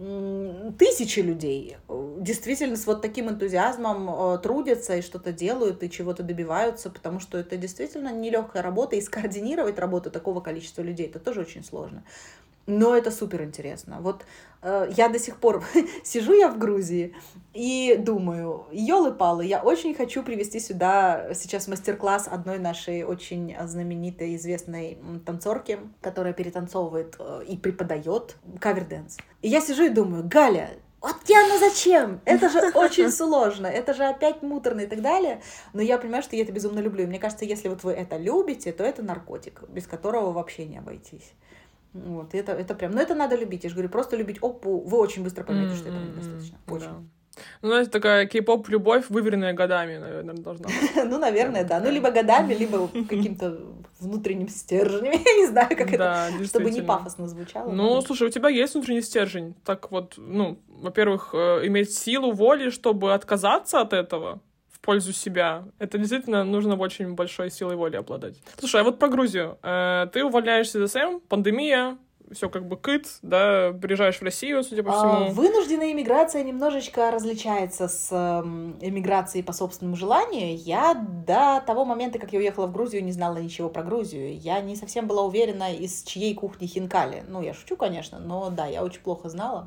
тысячи людей действительно с вот таким энтузиазмом трудятся и что-то делают, и чего-то добиваются, потому что это действительно нелегкая работа, и скоординировать работу такого количества людей, это тоже очень сложно. Но это супер интересно. Вот я до сих пор сижу я в Грузии и думаю, ёлы-палы, я очень хочу привести сюда сейчас мастер-класс одной нашей очень знаменитой, известной танцорки, которая перетанцовывает и преподает кавер-дэнс. И я сижу и думаю, Галя, вот зачем? Это же очень сложно, это же опять муторно и так далее. Но я понимаю, что я это безумно люблю. И мне кажется, если вот вы это любите, то это наркотик, без которого вообще не обойтись. Вот, это прям, это надо любить, я же говорю, просто любить опу, вы очень быстро поймете, что этого недостаточно, очень. Да. Знаете, такая кей-поп-любовь, выверенная годами, наверное, должна быть. Наверное, да, либо годами, либо каким-то внутренним стержнем, я не знаю, как это, чтобы не пафосно звучало. Слушай, у тебя есть внутренний стержень, так вот, во-первых, иметь силу воли, чтобы отказаться от этого, пользу себя. Это действительно нужно очень большой силой воли обладать. Слушай, а вот про Грузию. Ты увольняешься из СМ, пандемия, все как бы кыт, да, приезжаешь в Россию, судя по всему. Вынужденная иммиграция немножечко различается с иммиграцией по собственному желанию. Я до того момента, как я уехала в Грузию, не знала ничего про Грузию. Я не совсем была уверена, из чьей кухни хинкали. Я шучу, конечно, но да, я очень плохо знала.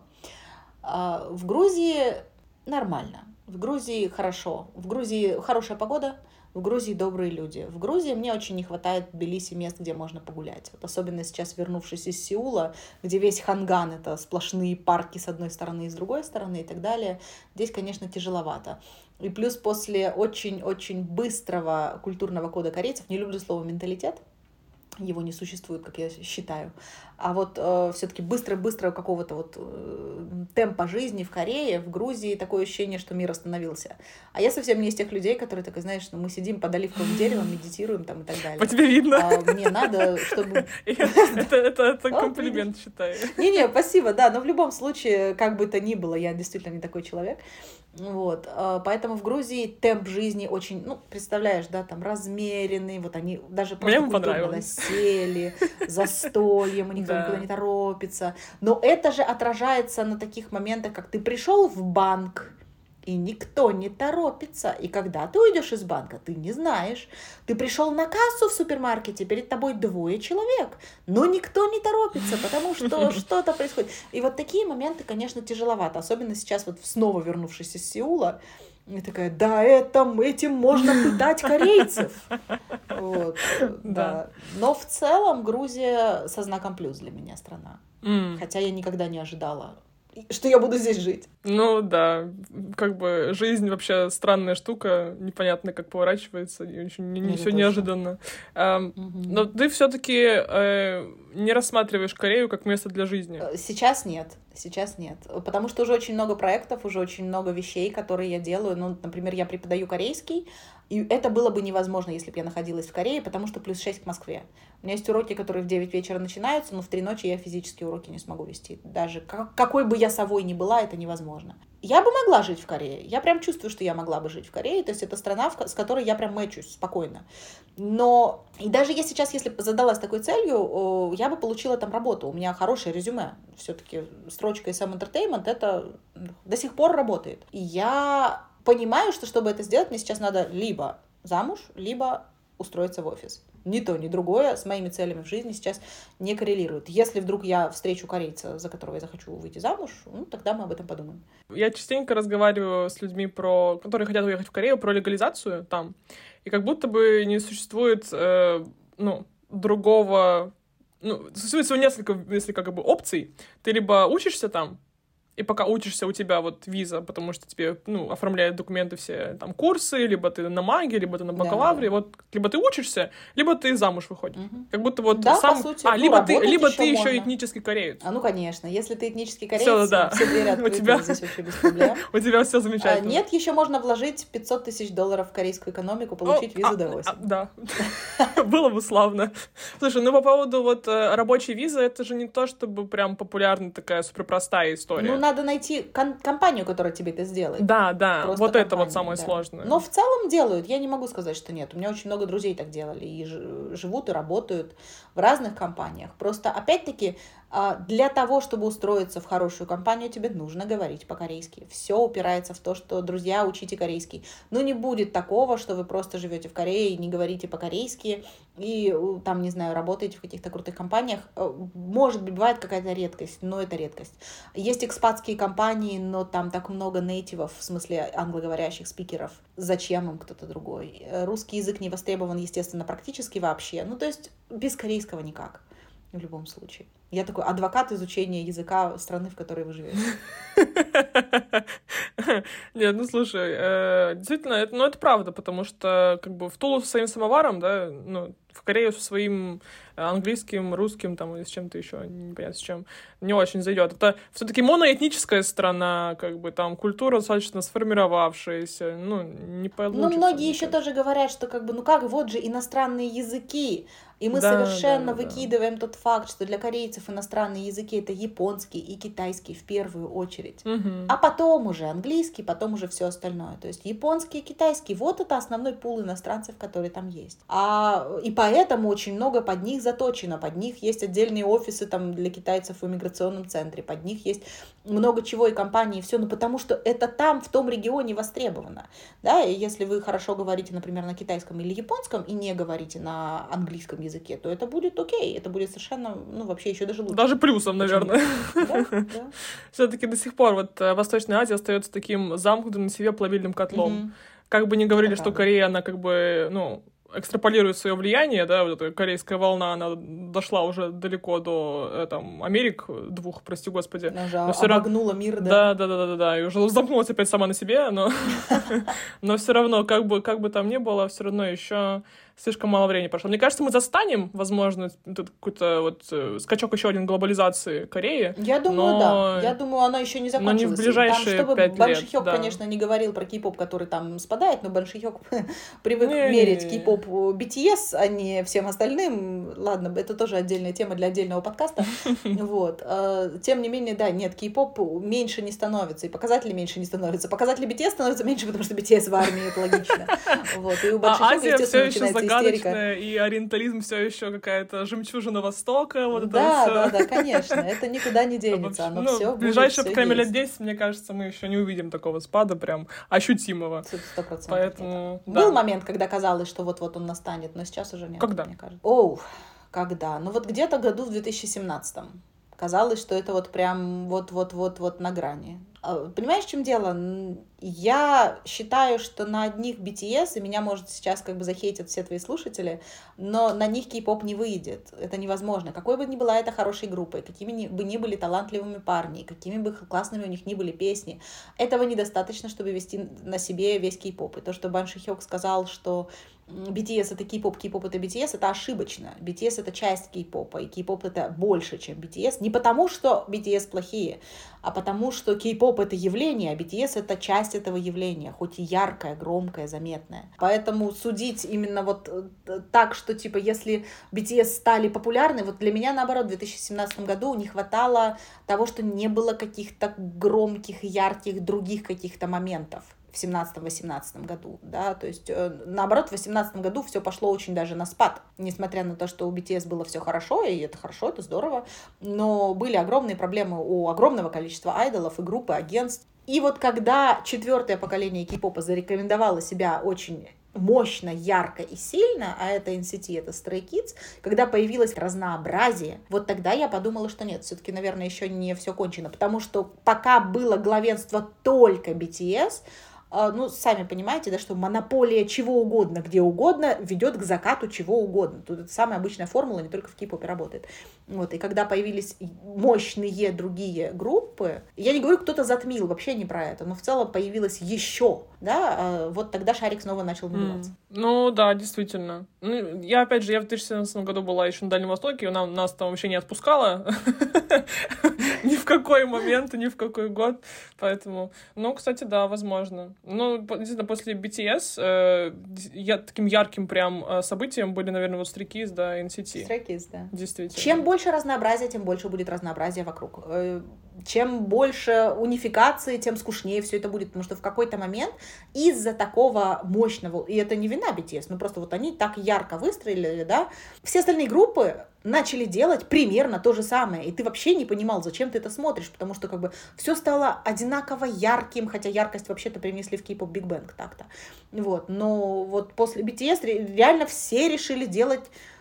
В Грузии нормально. В Грузии хорошо. В Грузии хорошая погода, в Грузии добрые люди. В Грузии мне очень не хватает в Тбилиси мест, где можно погулять. Вот особенно сейчас, вернувшись из Сеула, где весь Ханган — это сплошные парки с одной стороны и с другой стороны и так далее. Здесь, конечно, тяжеловато. И плюс после очень-очень быстрого культурного кода корейцев, не люблю слово «менталитет», его не существует, как я считаю. А вот все-таки быстро какого-то темпа жизни в Корее, в Грузии такое ощущение, что мир остановился. А я совсем не из тех людей, которые, так, знаешь, мы сидим под оливковым деревом, медитируем там и так далее. По тебе видно. Мне надо, чтобы... Это комплимент, считаю. Не, спасибо, да, но в любом случае, как бы то ни было, я действительно не такой человек. Вот, поэтому в Грузии темп жизни очень, представляешь, да, там размеренный, вот они даже просто культурно сели, застольем, никто никуда не торопится. Но это же отражается на таких моментах, как ты пришел в банк, и никто не торопится. И когда ты уйдешь из банка, ты не знаешь. Ты пришел на кассу в супермаркете, перед тобой 2 человек, но никто не торопится, потому что что-то происходит. И вот такие моменты, конечно, тяжеловато. Особенно сейчас, вот снова вернувшись из Сеула, я такая, да, этим можно пытать корейцев. Вот, да. Но в целом Грузия со знаком плюс для меня страна. Хотя я никогда не ожидала что я буду здесь жить. Ну да, как бы жизнь вообще странная штука, непонятно, как поворачивается, и очень все неожиданно. Но ты все-таки не рассматриваешь Корею как место для жизни? Сейчас нет, потому что уже очень много проектов, уже очень много вещей, которые я делаю. Ну, например, я преподаю корейский, и это было бы невозможно, если бы я находилась в Корее, потому что +6 к Москве. У меня есть уроки, которые в 9 вечера начинаются, но в 3 ночи я физически уроки не смогу вести. Даже какой бы я совой ни была, это невозможно. Я бы могла жить в Корее. Я прям чувствую, что я могла бы жить в Корее. То есть это страна, с которой я прям мэчусь спокойно. Но и даже я сейчас, если бы задалась такой целью, я бы получила там работу. У меня хорошее резюме. Все-таки строчка SM Entertainment это до сих пор работает. И я понимаю, что чтобы это сделать, мне сейчас надо либо замуж, либо устроиться в офис. Ни то, ни другое с моими целями в жизни сейчас не коррелирует. Если вдруг я встречу корейца, за которого я захочу выйти замуж, ну, тогда мы об этом подумаем. Я частенько разговариваю с людьми, которые хотят уехать в Корею, про легализацию там. И как будто бы не существует, другого... существует всего несколько как бы опций. Ты либо учишься там, и пока учишься, у тебя вот виза, потому что тебе, оформляют документы все, там, курсы, либо ты на маге, либо ты на бакалавре, вот, либо ты учишься, либо ты замуж выходишь. Как будто вот да, сам... по сути, либо ты еще еще этнический кореец. Ну, конечно, если ты этнический кореец, всё, да. все двери открыты, здесь вообще без проблем. У тебя все замечательно. Нет, еще можно вложить $500 000 в корейскую экономику, получить визу до 8. Да, было бы славно. Слушай, по поводу вот рабочей визы, это же не то, чтобы прям популярная такая суперпростая история. Ну, надо найти компанию, которая тебе это сделает. Да, Просто вот это вот компанию, самое да. сложное. Но в целом делают, я не могу сказать, что нет. У меня очень много друзей так делали, и живут, и работают в разных компаниях. Просто, опять-таки, для того, чтобы устроиться в хорошую компанию, тебе нужно говорить по-корейски. Все упирается в то, что, друзья, учите корейский. Ну, не будет такого, что вы просто живете в Корее и не говорите по-корейски, и там, не знаю, работаете в каких-то крутых компаниях. Может быть, бывает какая-то редкость, но это редкость. Есть экспатские компании, но там так много нейтивов, в смысле англоговорящих спикеров. Зачем им кто-то другой? Русский язык не востребован, естественно, практически вообще. Ну, то есть без корейского никак. В любом случае. Я такой адвокат изучения языка страны, в которой вы живете. Нет, слушай, действительно, это правда, потому что как бы в Тулу со своим самоваром, да, в Корею со своим английским, русским, там, или с чем-то еще, непонятно с чем, не очень зайдет. Это все-таки моноэтническая страна, как бы там культура достаточно сформировавшаяся, не получится. Ну, многие еще тоже говорят, что вот же иностранные языки, и мы совершенно выкидываем тот факт, что для корейцев иностранные языки — это японский и китайский в первую очередь, а потом уже английский, потом уже все остальное. То есть японский и китайский — вот это основной пул иностранцев, которые там есть. И поэтому очень много под них заточено, под них есть отдельные офисы там для китайцев в иммиграционном центре, под них есть много чего и компании, и все, потому что это там, в том регионе востребовано. Да? И если вы хорошо говорите, например, на китайском или японском и не говорите на английском языке, то это будет окей, это будет совершенно, вообще еще даже лучше. Даже плюсом, наверное. Да. Все-таки до сих пор вот Восточная Азия остается таким замкнутым на себе плавильным котлом. Как бы ни говорили, что Корея, она как бы, экстраполирует свое влияние, да, вот эта корейская волна, она дошла уже далеко до Америк двух, прости господи. Она уже обогнула мир, да. Да, и уже замкнулась опять сама на себе, но все равно, как бы там ни было, все равно еще слишком мало времени прошло. Мне кажется, мы застанем, возможно, какой-то вот скачок еще один глобализации Кореи. Я думаю, да. Я думаю, оно еще не закончилось. Но не в ближайшие 5 лет. Чтобы Бан Ши-хёк, конечно, не говорил про кей-поп, который там спадает, но Бан Ши-хёк привык мерить кей-поп BTS, а не всем остальным. Ладно, это тоже отдельная тема для отдельного подкаста. Вот. Тем не менее, да, нет, кей-поп меньше не становится, и показатели меньше не становятся. Показатели BTS становятся меньше, потому что BTS в армии, это логично. Вот. И у Бан Ши-хёка, естественно, начинается загадочная, и ориентализм все еще какая-то жемчужина Востока. Вот да, конечно, это никуда не денется. Оно все в ближайшие, по крайней мере, лет 10, мне кажется, мы еще не увидим такого спада прям ощутимого. 100%. Поэтому, был момент, когда казалось, что вот-вот он настанет, но сейчас уже нет. Когда? Мне кажется. Когда? Ну вот где-то году в 2017 казалось, что это вот прям вот на грани. Понимаешь, в чем дело? Я считаю, что на одних BTS, и меня, может, сейчас как бы захейтят все твои слушатели, но на них кей-поп не выйдет. Это невозможно. Какой бы ни была это хорошей группой, какими бы ни были талантливыми парни, какими бы классными у них ни были песни, этого недостаточно, чтобы вести на себе весь кей-поп. И то, что Бан Шихёк сказал, что BTS это кей-поп, кей-поп это BTS, это ошибочно. BTS это часть кей-попа, и кей-поп это больше, чем BTS. Не потому, что BTS плохие, а потому, что кей-поп это явление, а BTS это часть этого явления, хоть и яркое, громкое, заметное. Поэтому судить именно вот так, что типа если BTS стали популярны, вот для меня наоборот в 2017 году не хватало того, что не было каких-то громких, ярких других каких-то моментов. В 17-18 году, да, то есть, наоборот, в 18 году все пошло очень даже на спад, несмотря на то, что у BTS было все хорошо, и это хорошо, это здорово, но были огромные проблемы у огромного количества айдолов и группы, агентств. И вот когда 4-е поколение кей-попа зарекомендовало себя очень мощно, ярко и сильно, а это NCT, это Stray Kids, когда появилось разнообразие, вот тогда я подумала, что нет, все-таки, наверное, еще не все кончено, потому что пока было главенство только BTS, ну, сами понимаете, да, что монополия чего угодно, где угодно, ведет к закату чего угодно. Тут это самая обычная формула, не только в кей-попе работает. Вот, и когда появились мощные другие группы, я не говорю, кто-то затмил, вообще не про это, но в целом появилось еще, да, вот тогда шарик снова начал набиваться. Ну, да, действительно. Ну, я, опять же, я в 2017 году была еще на Дальнем Востоке, нас там вообще не отпускала ни в какой момент, ни в какой год, поэтому, ну, кстати, да, возможно. Ну, действительно, после BTS таким ярким прям событием были, наверное, вот Stray Kids, да, NCT. Stray Kids, да. Действительно. Чем больше разнообразия, тем больше будет разнообразия вокруг. Чем больше унификации, тем скучнее все это будет, потому что в какой-то момент из-за такого мощного, и это не вина BTS, ну просто вот они так ярко выстрелили, да, все остальные группы начали делать примерно то же самое, и ты вообще не понимал, зачем ты это смотришь, потому что как бы все стало одинаково ярким, хотя яркость вообще-то принесли в K-pop Big Bang так-то, вот, но вот после BTS реально все решили делать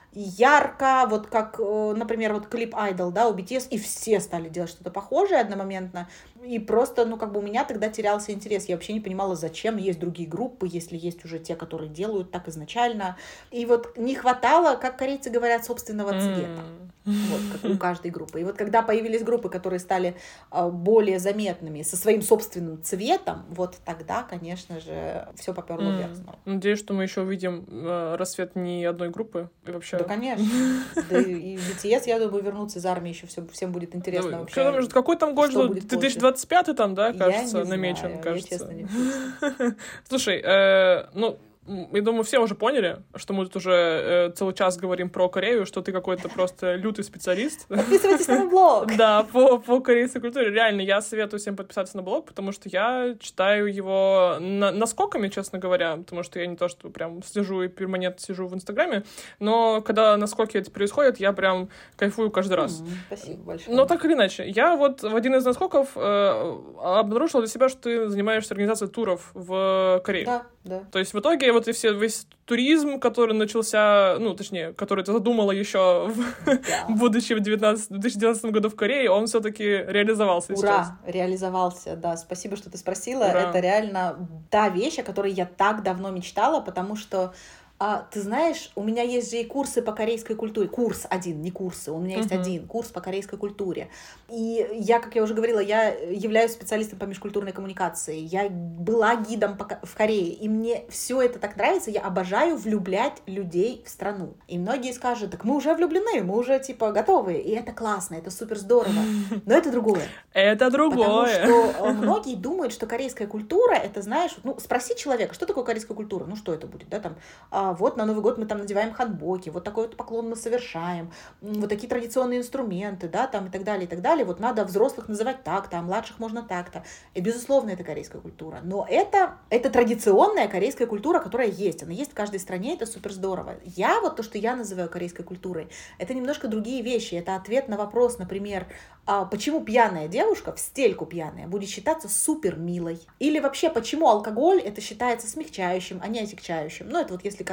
ярко, вот как, например, вот клип Idol, да, у BTS, и все стали делать что-то похожее одномоментно, и просто, ну, как бы у меня тогда терялся интерес, я вообще не понимала, зачем есть другие группы, если есть уже те, которые делают так изначально, и вот не хватало, как корейцы говорят, собственного цвета, вот, как у каждой группы, и вот когда появились группы, которые стали более заметными, со своим собственным цветом, вот тогда, конечно же, все поперло вверх снова. Надеюсь, что мы еще увидим рассвет не одной группы, и вообще... Да, конечно. Да и BTS, я думаю, вернутся из армии, еще всем будет интересно вообще. Какой там год? 2025 там, да, кажется, намечен, знаю, кажется. Я честно не знаю. Слушай, ну, я думаю, все уже поняли, что мы тут уже целый час говорим про Корею, что ты какой-то просто лютый специалист. Подписывайтесь на мой блог. Да, по корейской культуре. Реально, я советую всем подписаться на блог, потому что я читаю его наскоками, честно говоря, потому что я не то, что прям слежу и перманентно сижу в Инстаграме, но когда наскоки эти происходят, я прям кайфую каждый раз. Спасибо большое. Но так или иначе, я вот в один из наскоков обнаружила для себя, что ты занимаешься организацией туров в Корее. Да. То есть в итоге вот и весь туризм, который начался, ну, точнее, который ты задумала еще будучи в 2019 году в Корее, он все-таки реализовался сейчас. Ура, реализовался, да. Спасибо, что ты спросила. Это реально та вещь, о которой я так давно мечтала, потому что ты знаешь, у меня есть же и курсы по корейской культуре. Курс один, не курсы. У меня есть один курс по корейской культуре. И я, как я уже говорила, я являюсь специалистом по межкультурной коммуникации. Я была гидом в Корее. И мне все это так нравится. Я обожаю влюблять людей в страну. И многие скажут, так мы уже влюблены, мы уже типа готовы. И это классно, это супер здорово. Но это другое. Это другое. Потому что многие думают, что корейская культура, это, знаешь, ну, спроси человека, что такое корейская культура? Ну, что это будет, да, там... Вот на Новый год мы там надеваем ханбоки, вот такой вот поклон мы совершаем, вот такие традиционные инструменты, да, там и так далее, и так далее. Вот надо взрослых называть так-то, а младших можно так-то. И, безусловно, это корейская культура. Но это традиционная корейская культура, которая есть. Она есть в каждой стране, это супер здорово. То, что я называю корейской культурой, это немножко другие вещи. Это ответ на вопрос, например, почему пьяная девушка, в стельку пьяная, будет считаться супер милой? Или вообще, почему алкоголь это считается смягчающим, а не отягчающим? Ну, это вот если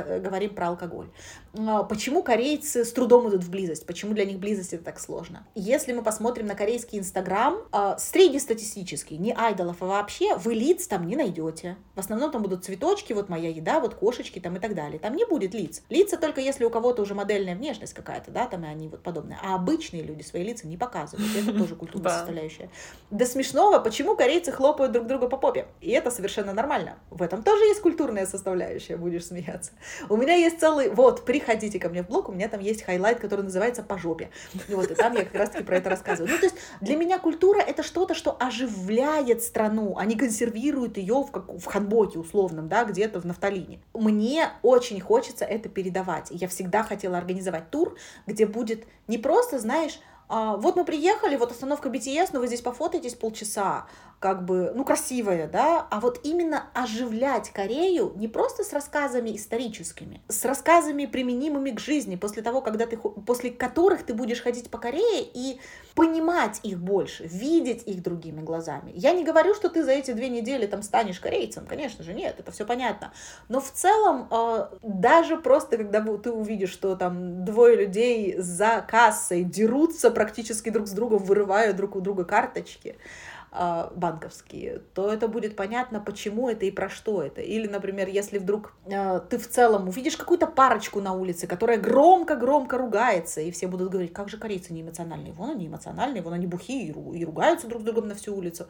говорим про алкоголь. Почему корейцы с трудом идут в близость? Почему для них близость это так сложно? Если мы посмотрим на корейский Инстаграм, среднестатистический, не айдолов, а вообще, вы лиц там не найдете. В основном там будут цветочки, вот моя еда, вот кошечки там и так далее. Там не будет лиц. Лица только если у кого-то уже модельная внешность какая-то, да, там и они вот подобные. А обычные люди свои лица не показывают. Это тоже культурная составляющая. До смешного, почему корейцы хлопают друг друга по попе? И это совершенно нормально. В этом тоже есть культурная составляющая, будешь смеяться. У меня есть целый, вот, приходите ко мне в блог, у меня там есть хайлайт, который называется «По жопе». И вот, и там я как раз-таки про это рассказываю. Ну, то есть для меня культура — это что-то, что оживляет страну, а не консервирует ее в ханбоке условном, да, где-то в нафталине. Мне очень хочется это передавать. Я всегда хотела организовать тур, где будет не просто, знаешь, вот мы приехали, вот остановка BTS, но вы здесь пофотаетесь полчаса, как бы, ну, красивая, да, а вот именно оживлять Корею не просто с рассказами историческими, с рассказами, применимыми к жизни, после которых ты будешь ходить по Корее и понимать их больше, видеть их другими глазами. Я не говорю, что ты за эти 2 недели там станешь корейцем, конечно же, нет, это все понятно, но в целом даже просто, когда ты увидишь, что там 2 людей за кассой дерутся практически друг с другом, вырывая друг у друга карточки банковские, то это будет понятно, почему это и про что это. Или, например, если вдруг ты в целом увидишь какую-то парочку на улице, которая громко-громко ругается, и все будут говорить, как же корейцы не эмоциональные. Вон они эмоциональные, вон они бухие и ругаются друг с другом на всю улицу.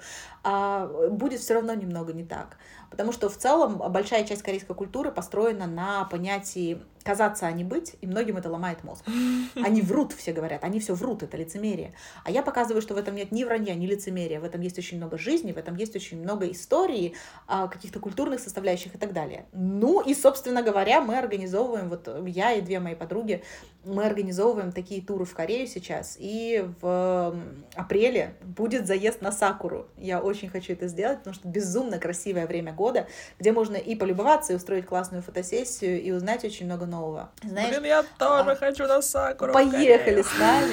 Будет все равно немного не так. Потому что в целом большая часть корейской культуры построена на понятии казаться, а не быть, и многим это ломает мозг. Они врут, все говорят, они все врут, это лицемерие. А я показываю, что в этом нет ни вранья, ни лицемерия, в этом есть очень много жизни, в этом есть очень много истории, каких-то культурных составляющих и так далее. Ну и, собственно говоря, мы организовываем, вот я и 2 мои подруги, мы организовываем такие туры в Корею сейчас, и в апреле будет заезд на Сакуру. Я очень хочу это сделать, потому что безумно красивое время года, где можно и полюбоваться, и устроить классную фотосессию, и узнать очень много нового. Знаешь, блин, я тоже хочу на Сакуру. Поехали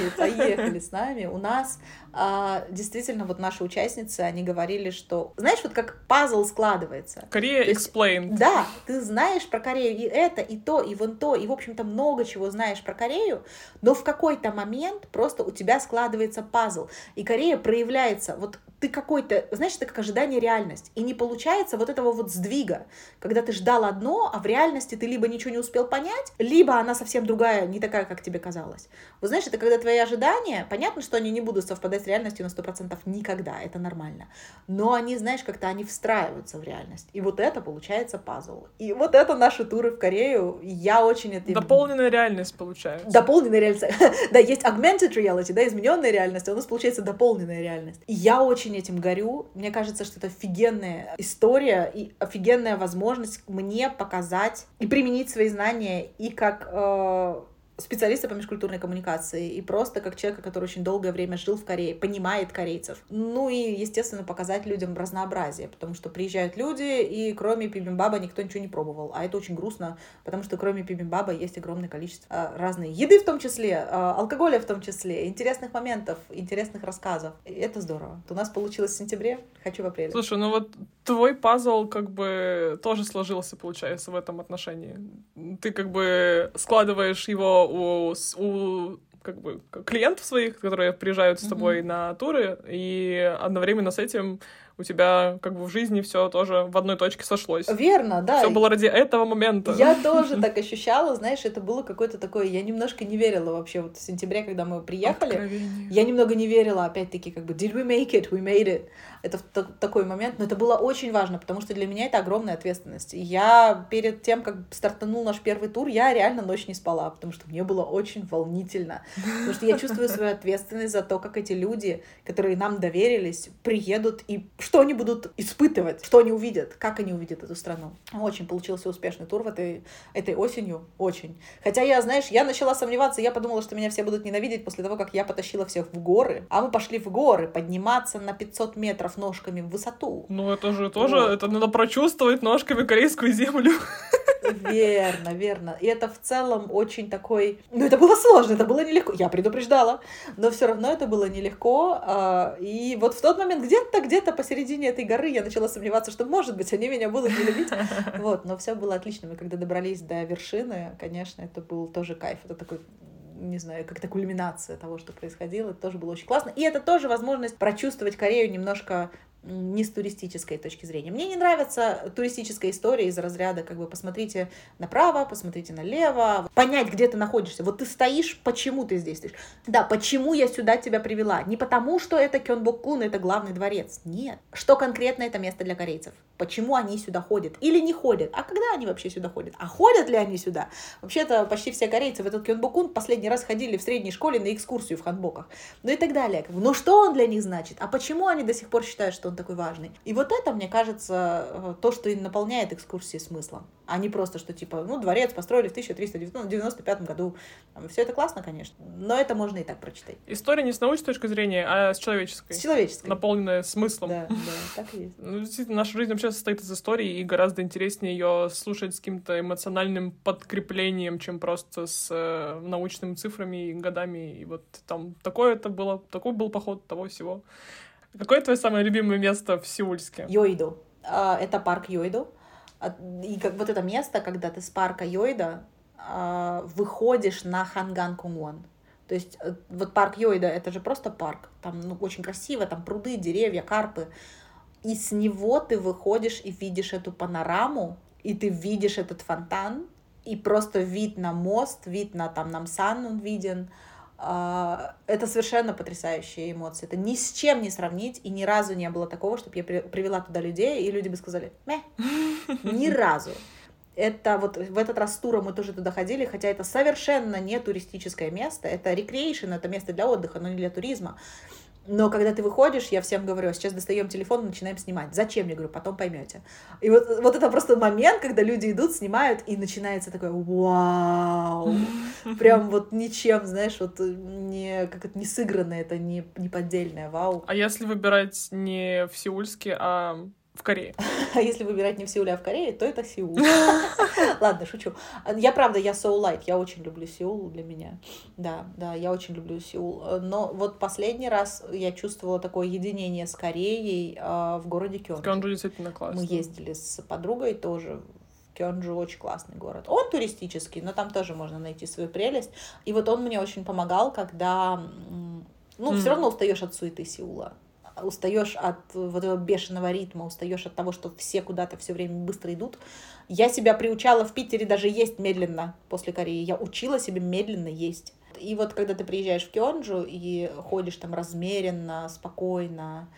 с нами. У нас действительно вот наши участницы, они говорили, что, знаешь, вот как пазл складывается. Корея explained. Да, ты знаешь про Корею и это, и то, и вон то, и, в общем-то, много чего знаешь про Корею, но в какой-то момент просто у тебя складывается пазл, и Корея проявляется, вот ты какой-то, знаешь, это как ожидание реальность, и не получается вот этого вот сдвига, когда ты ждал одно, а в реальности ты либо ничего не успел понять, либо она совсем другая, не такая, как тебе казалось. Вот знаешь, это когда твои ожидания, понятно, что они не будут совпадать с реальностью на 100% никогда, это нормально, но они, знаешь, как-то они встраиваются в реальность, и вот это получается пазл. И вот это наши туры в Корею, я очень это... Дополненная реальность получается. Дополненная реальность. Да, есть augmented reality, да, измененная реальность, а у нас получается дополненная реальность. И я очень этим горю. Мне кажется, что это офигенная история и офигенная возможность мне показать и применить свои знания и как специалиста по межкультурной коммуникации, и просто как человека, который очень долгое время жил в Корее, понимает корейцев. Ну и, естественно, показать людям разнообразие, потому что приезжают люди, и кроме бибимбаба никто ничего не пробовал. А это очень грустно, потому что кроме бибимбаба есть огромное количество разной еды в том числе, алкоголя в том числе, интересных моментов, интересных рассказов. И это здорово. Вот у нас получилось в сентябре, хочу в апреле. Слушай, ну вот твой пазл как бы тоже сложился, получается, в этом отношении. Ты как бы складываешь его у как бы клиентов своих, которые приезжают с тобой на туры, и одновременно с этим у тебя как бы в жизни все тоже в одной точке сошлось. Верно, да. Все было ради этого момента. Я тоже так ощущала, знаешь, это было какое-то такое, я немножко не верила вообще, вот в сентябре, когда мы приехали, Откровение. Я немного не верила, опять-таки, как бы, did we make it? We made it. Это такой момент, но это было очень важно, потому что для меня это огромная ответственность. И я перед тем, как стартанул наш первый тур, я реально ночь не спала, потому что мне было очень волнительно, потому что я чувствую свою ответственность за то, как эти люди, которые нам доверились, приедут и что они будут испытывать, что они увидят, как они увидят эту страну. Очень получился успешный тур этой осенью, очень. Хотя я, знаешь, я начала сомневаться, я подумала, что меня все будут ненавидеть после того, как я потащила всех в горы, а мы пошли в горы подниматься на 500 метров ножками в высоту. Ну это же тоже, это надо прочувствовать ножками корейскую землю. Верно, верно. И это в целом очень такой... Ну, это было сложно, это было нелегко. Я предупреждала, но все равно это было нелегко. И вот в тот момент где-то посередине этой горы я начала сомневаться, что, может быть, они меня будут не любить. Вот, но все было отлично. Мы когда добрались до вершины, конечно, это был тоже кайф. Это такой, не знаю, как-то кульминация того, что происходило. Это тоже было очень классно. И это тоже возможность прочувствовать Корею немножко не с туристической точки зрения. Мне не нравится туристическая история из разряда, как бы, посмотрите направо, посмотрите налево, понять, где ты находишься. Вот ты стоишь, почему ты здесь стоишь? Да, почему я сюда тебя привела? Не потому, что это Кёнбокгун, это главный дворец. Нет. Что конкретно это место для корейцев? Почему они сюда ходят? Или не ходят? А когда они вообще сюда ходят? А ходят ли они сюда? Вообще-то почти все корейцы в этот Кёнбокгун последний раз ходили в средней школе на экскурсию в ханбоках. Ну и так далее. Ну что он для них значит? А почему они до сих пор считают, что он такой важный? И вот это, мне кажется, то, что и наполняет экскурсии смыслом. А не просто, что типа, ну, дворец построили в 1395 году. Все это классно, конечно, но это можно и так прочитать. История не с научной точки зрения, а с человеческой. С человеческой. Наполненная смыслом. Да, так и есть. Ну, действительно, наша жизнь вообще состоит из истории, и гораздо интереснее ее слушать с каким-то эмоциональным подкреплением, чем просто с научными цифрами и годами. И вот там такой был поход того всего. Какое твое самое любимое место в Сеульске? Йойду. Это парк Йойду. И как вот это место, когда ты с парка Йойда выходишь на Ханган-Кунгвон. То есть вот парк Йойда, это же просто парк. Там очень красиво, там пруды, деревья, карпы. И с него ты выходишь и видишь эту панораму, и ты видишь этот фонтан, и просто вид на мост, вид на там Намсан он виден. Это совершенно потрясающие эмоции. Это ни с чем не сравнить, и ни разу не было такого, чтобы я привела туда людей, и люди бы сказали «мeh». Ни разу. Это вот в этот раз с туром мы тоже туда ходили, хотя это совершенно не туристическое место, это recreation, это место для отдыха, но не для туризма. Но когда ты выходишь, я всем говорю, сейчас достаем телефон и начинаем снимать. Зачем? Я говорю, потом поймете. И вот это просто момент, когда люди идут, снимают, и начинается такое вау. Прям вот ничем, знаешь, вот не, как это, не сыгранное, это не поддельное вау. А если выбирать не в Сеульске, а в Корее? А если выбирать не в Сеуле, а в Корее, то это Сеул. Ладно, шучу. Я Soul Light, я очень люблю Сеул для меня. Да, я очень люблю Сеул. Но вот последний раз я чувствовала такое единение с Кореей в городе Кёнджу. Кёнджу действительно классно. Мы ездили с подругой тоже. Кёнджу очень классный город. Он туристический, но там тоже можно найти свою прелесть. И вот он мне очень помогал, когда... все равно устаешь от суеты Сеула. Устаешь от вот этого бешеного ритма, устаешь от того, что все куда-то все время быстро идут. Я себя приучала в Питере даже есть медленно после Кореи. Я учила себе медленно есть. И вот когда ты приезжаешь в Кёнджу и ходишь там размеренно, спокойно,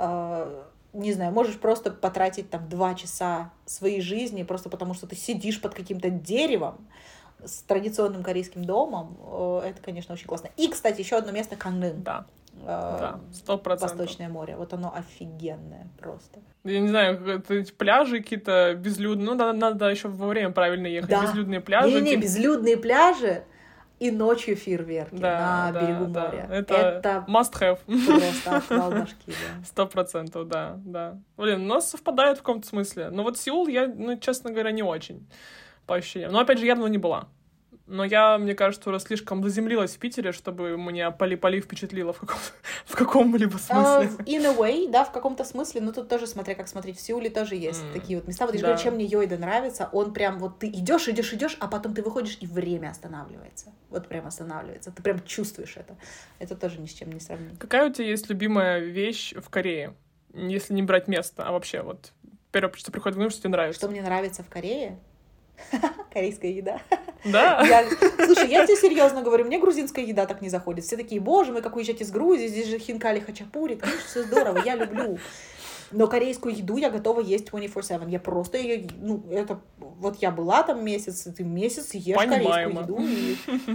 не знаю, можешь просто потратить там 2 часа своей жизни просто потому, что ты сидишь под каким-то деревом с традиционным корейским домом. Это, конечно, очень классно. И, кстати, еще одно место — Кангнын. Да, 100%. Восточное море. Вот оно офигенное просто. Я не знаю, это пляжи какие-то безлюдные. Ну, надо еще во время правильно ехать. Да. Безлюдные пляжи. Не, безлюдные пляжи и ночью фейерверки на берегу моря. Это must have. Просто отвал башки, да. 100%, да. Блин, у нас совпадает в каком-то смысле. Но вот Сеул я, честно говоря, не очень по ощущениям. Но, опять же, я давно не была. Но я, мне кажется, уже слишком заземлилась в Питере, чтобы меня Пали впечатлило в каком-либо смысле. In a way, да, в каком-то смысле. Но тут тоже смотря как смотреть. В Сеуле тоже есть такие вот места. Вот я говорю, чем мне Йойда нравится, он прям вот ты идешь, а потом ты выходишь, и время останавливается. Вот прям останавливается. Ты прям чувствуешь это. Это тоже ни с чем не сравнить. Какая у тебя есть любимая вещь в Корее? Если не брать место, а вообще вот первое, что приходит в голову, что тебе нравится. Что мне нравится в Корее? Корейская еда. Да? Слушай, я тебе серьезно говорю, мне грузинская еда так не заходит. Все такие, боже мой, как уезжать из Грузии, здесь же хинкали, хачапури. Конечно, все здорово, я люблю. Но корейскую еду я готова есть 24/7. Я просто ее, это... Вот я была там месяц, и ты месяц ешь корейскую еду. И...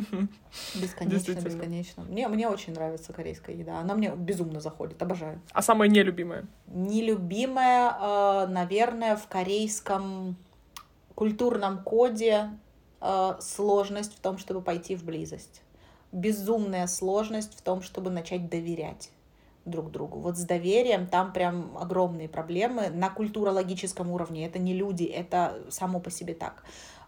Бесконечно. Мне очень нравится корейская еда. Она мне безумно заходит, обожаю. А самая нелюбимая? Нелюбимая, наверное, в корейском культурном коде сложность в том, чтобы пойти в близость. Безумная сложность в том, чтобы начать доверять друг другу. Вот с доверием там прям огромные проблемы на культурологическом уровне. Это не люди, это само по себе так.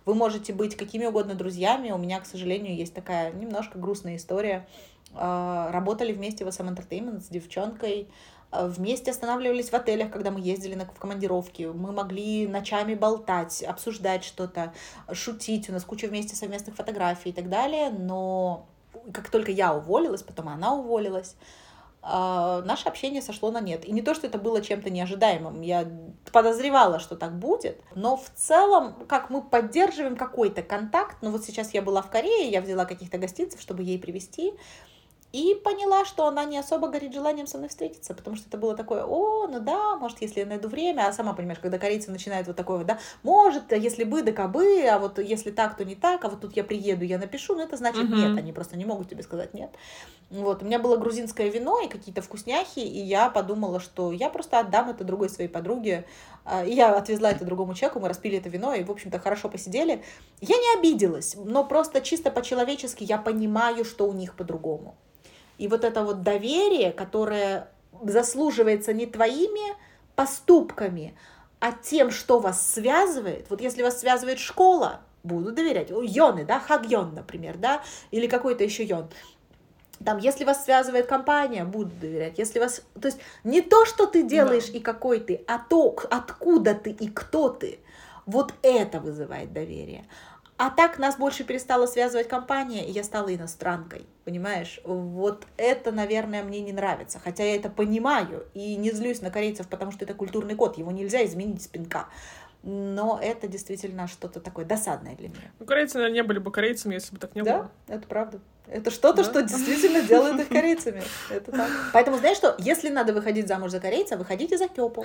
вы можете быть какими угодно друзьями. У меня, к сожалению, есть такая немножко грустная история. Работали вместе в SM Entertainment с девчонкой, вместе останавливались в отелях, когда мы ездили в командировки, мы могли ночами болтать, обсуждать что-то, шутить, у нас куча вместе совместных фотографий и так далее, но как только я уволилась, потом она уволилась, наше общение сошло на нет. И не то, что это было чем-то неожидаемым, я подозревала, что так будет, но в целом, как мы поддерживаем какой-то контакт, ну вот сейчас я была в Корее, я взяла каких-то гостинцев, чтобы ей привезти, и поняла, что она не особо горит желанием со мной встретиться, потому что это было такое, ну да, может, если я найду время, а сама понимаешь, когда корейцы начинают вот такое вот, да, может, если бы, да кабы, а вот если так, то не так, а вот тут я приеду, я напишу, но это значит нет, они просто не могут тебе сказать нет. Вот, у меня было грузинское вино и какие-то вкусняхи, и я подумала, что я просто отдам это другой своей подруге, и я отвезла это другому человеку, мы распили это вино и, в общем-то, хорошо посидели. Я не обиделась, но просто чисто по-человечески я понимаю, что у них по-другому. И вот это вот доверие, которое заслуживается не твоими поступками, а тем, что вас связывает. Вот если вас связывает школа, буду доверять. Йоны, да, Хагьон, например, да, или какой-то еще йон. Там, если вас связывает компания, буду доверять. Если вас, то есть не то, что ты делаешь и какой ты, а то, откуда ты и кто ты. Вот это вызывает доверие. А так нас больше перестала связывать компания, и я стала иностранкой, понимаешь? Вот это, наверное, мне не нравится. Хотя я это понимаю и не злюсь на корейцев, потому что это культурный код, его нельзя изменить с пинка. Но это действительно что-то такое досадное для меня. Ну, корейцы, наверное, не были бы корейцами, если бы так не было. Да, это правда. Это что-то, что действительно делает их корейцами. Это так. Поэтому, знаешь что, если надо выходить замуж за корейца, выходите за Кёпу.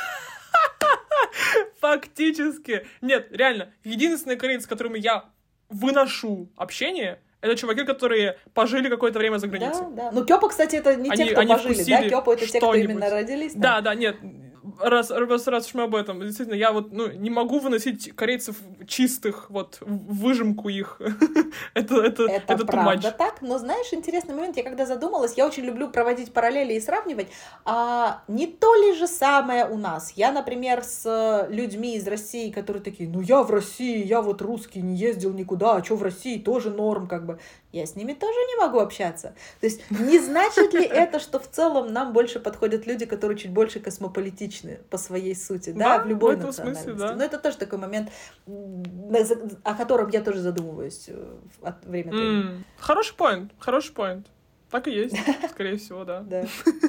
Фактически. Нет, реально, единственные корейцы, с которыми я выношу общение, это чуваки, которые пожили какое-то время за границей. Да. Ну, Кёпа, кстати, это не те, кто пожили, да? Кёпа — это те, кто именно родились. Да, нет. Раз уж мы об этом, действительно, я вот, не могу выносить корейцев чистых, вот, выжимку их. Это правда так, но знаешь, интересный момент, я когда задумалась, я очень люблю проводить параллели и сравнивать, не то ли же самое у нас. Я, например, с людьми из России, которые такие, я в России, я вот русский, не ездил никуда, а что в России, тоже норм, как бы. Я с ними тоже не могу общаться. То есть не значит ли это, что в целом нам больше подходят люди, которые чуть больше космополитичны по своей сути, да, в любой национальности. Смысле, да. Но это тоже такой момент, о котором я тоже задумываюсь от времени к времени. Хороший поинт. Так и есть, скорее всего, да. Да.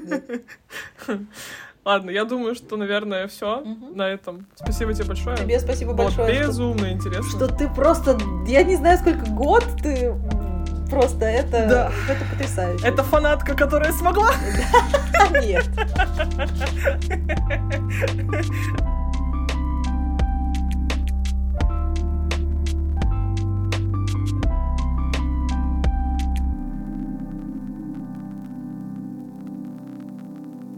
Ладно, я думаю, что, наверное, все на этом. Спасибо тебе большое. Тебе спасибо большое. Безумно интересно. Что ты просто, я не знаю, сколько год ты просто, это потрясающе. Это фанатка, которая смогла? Нет.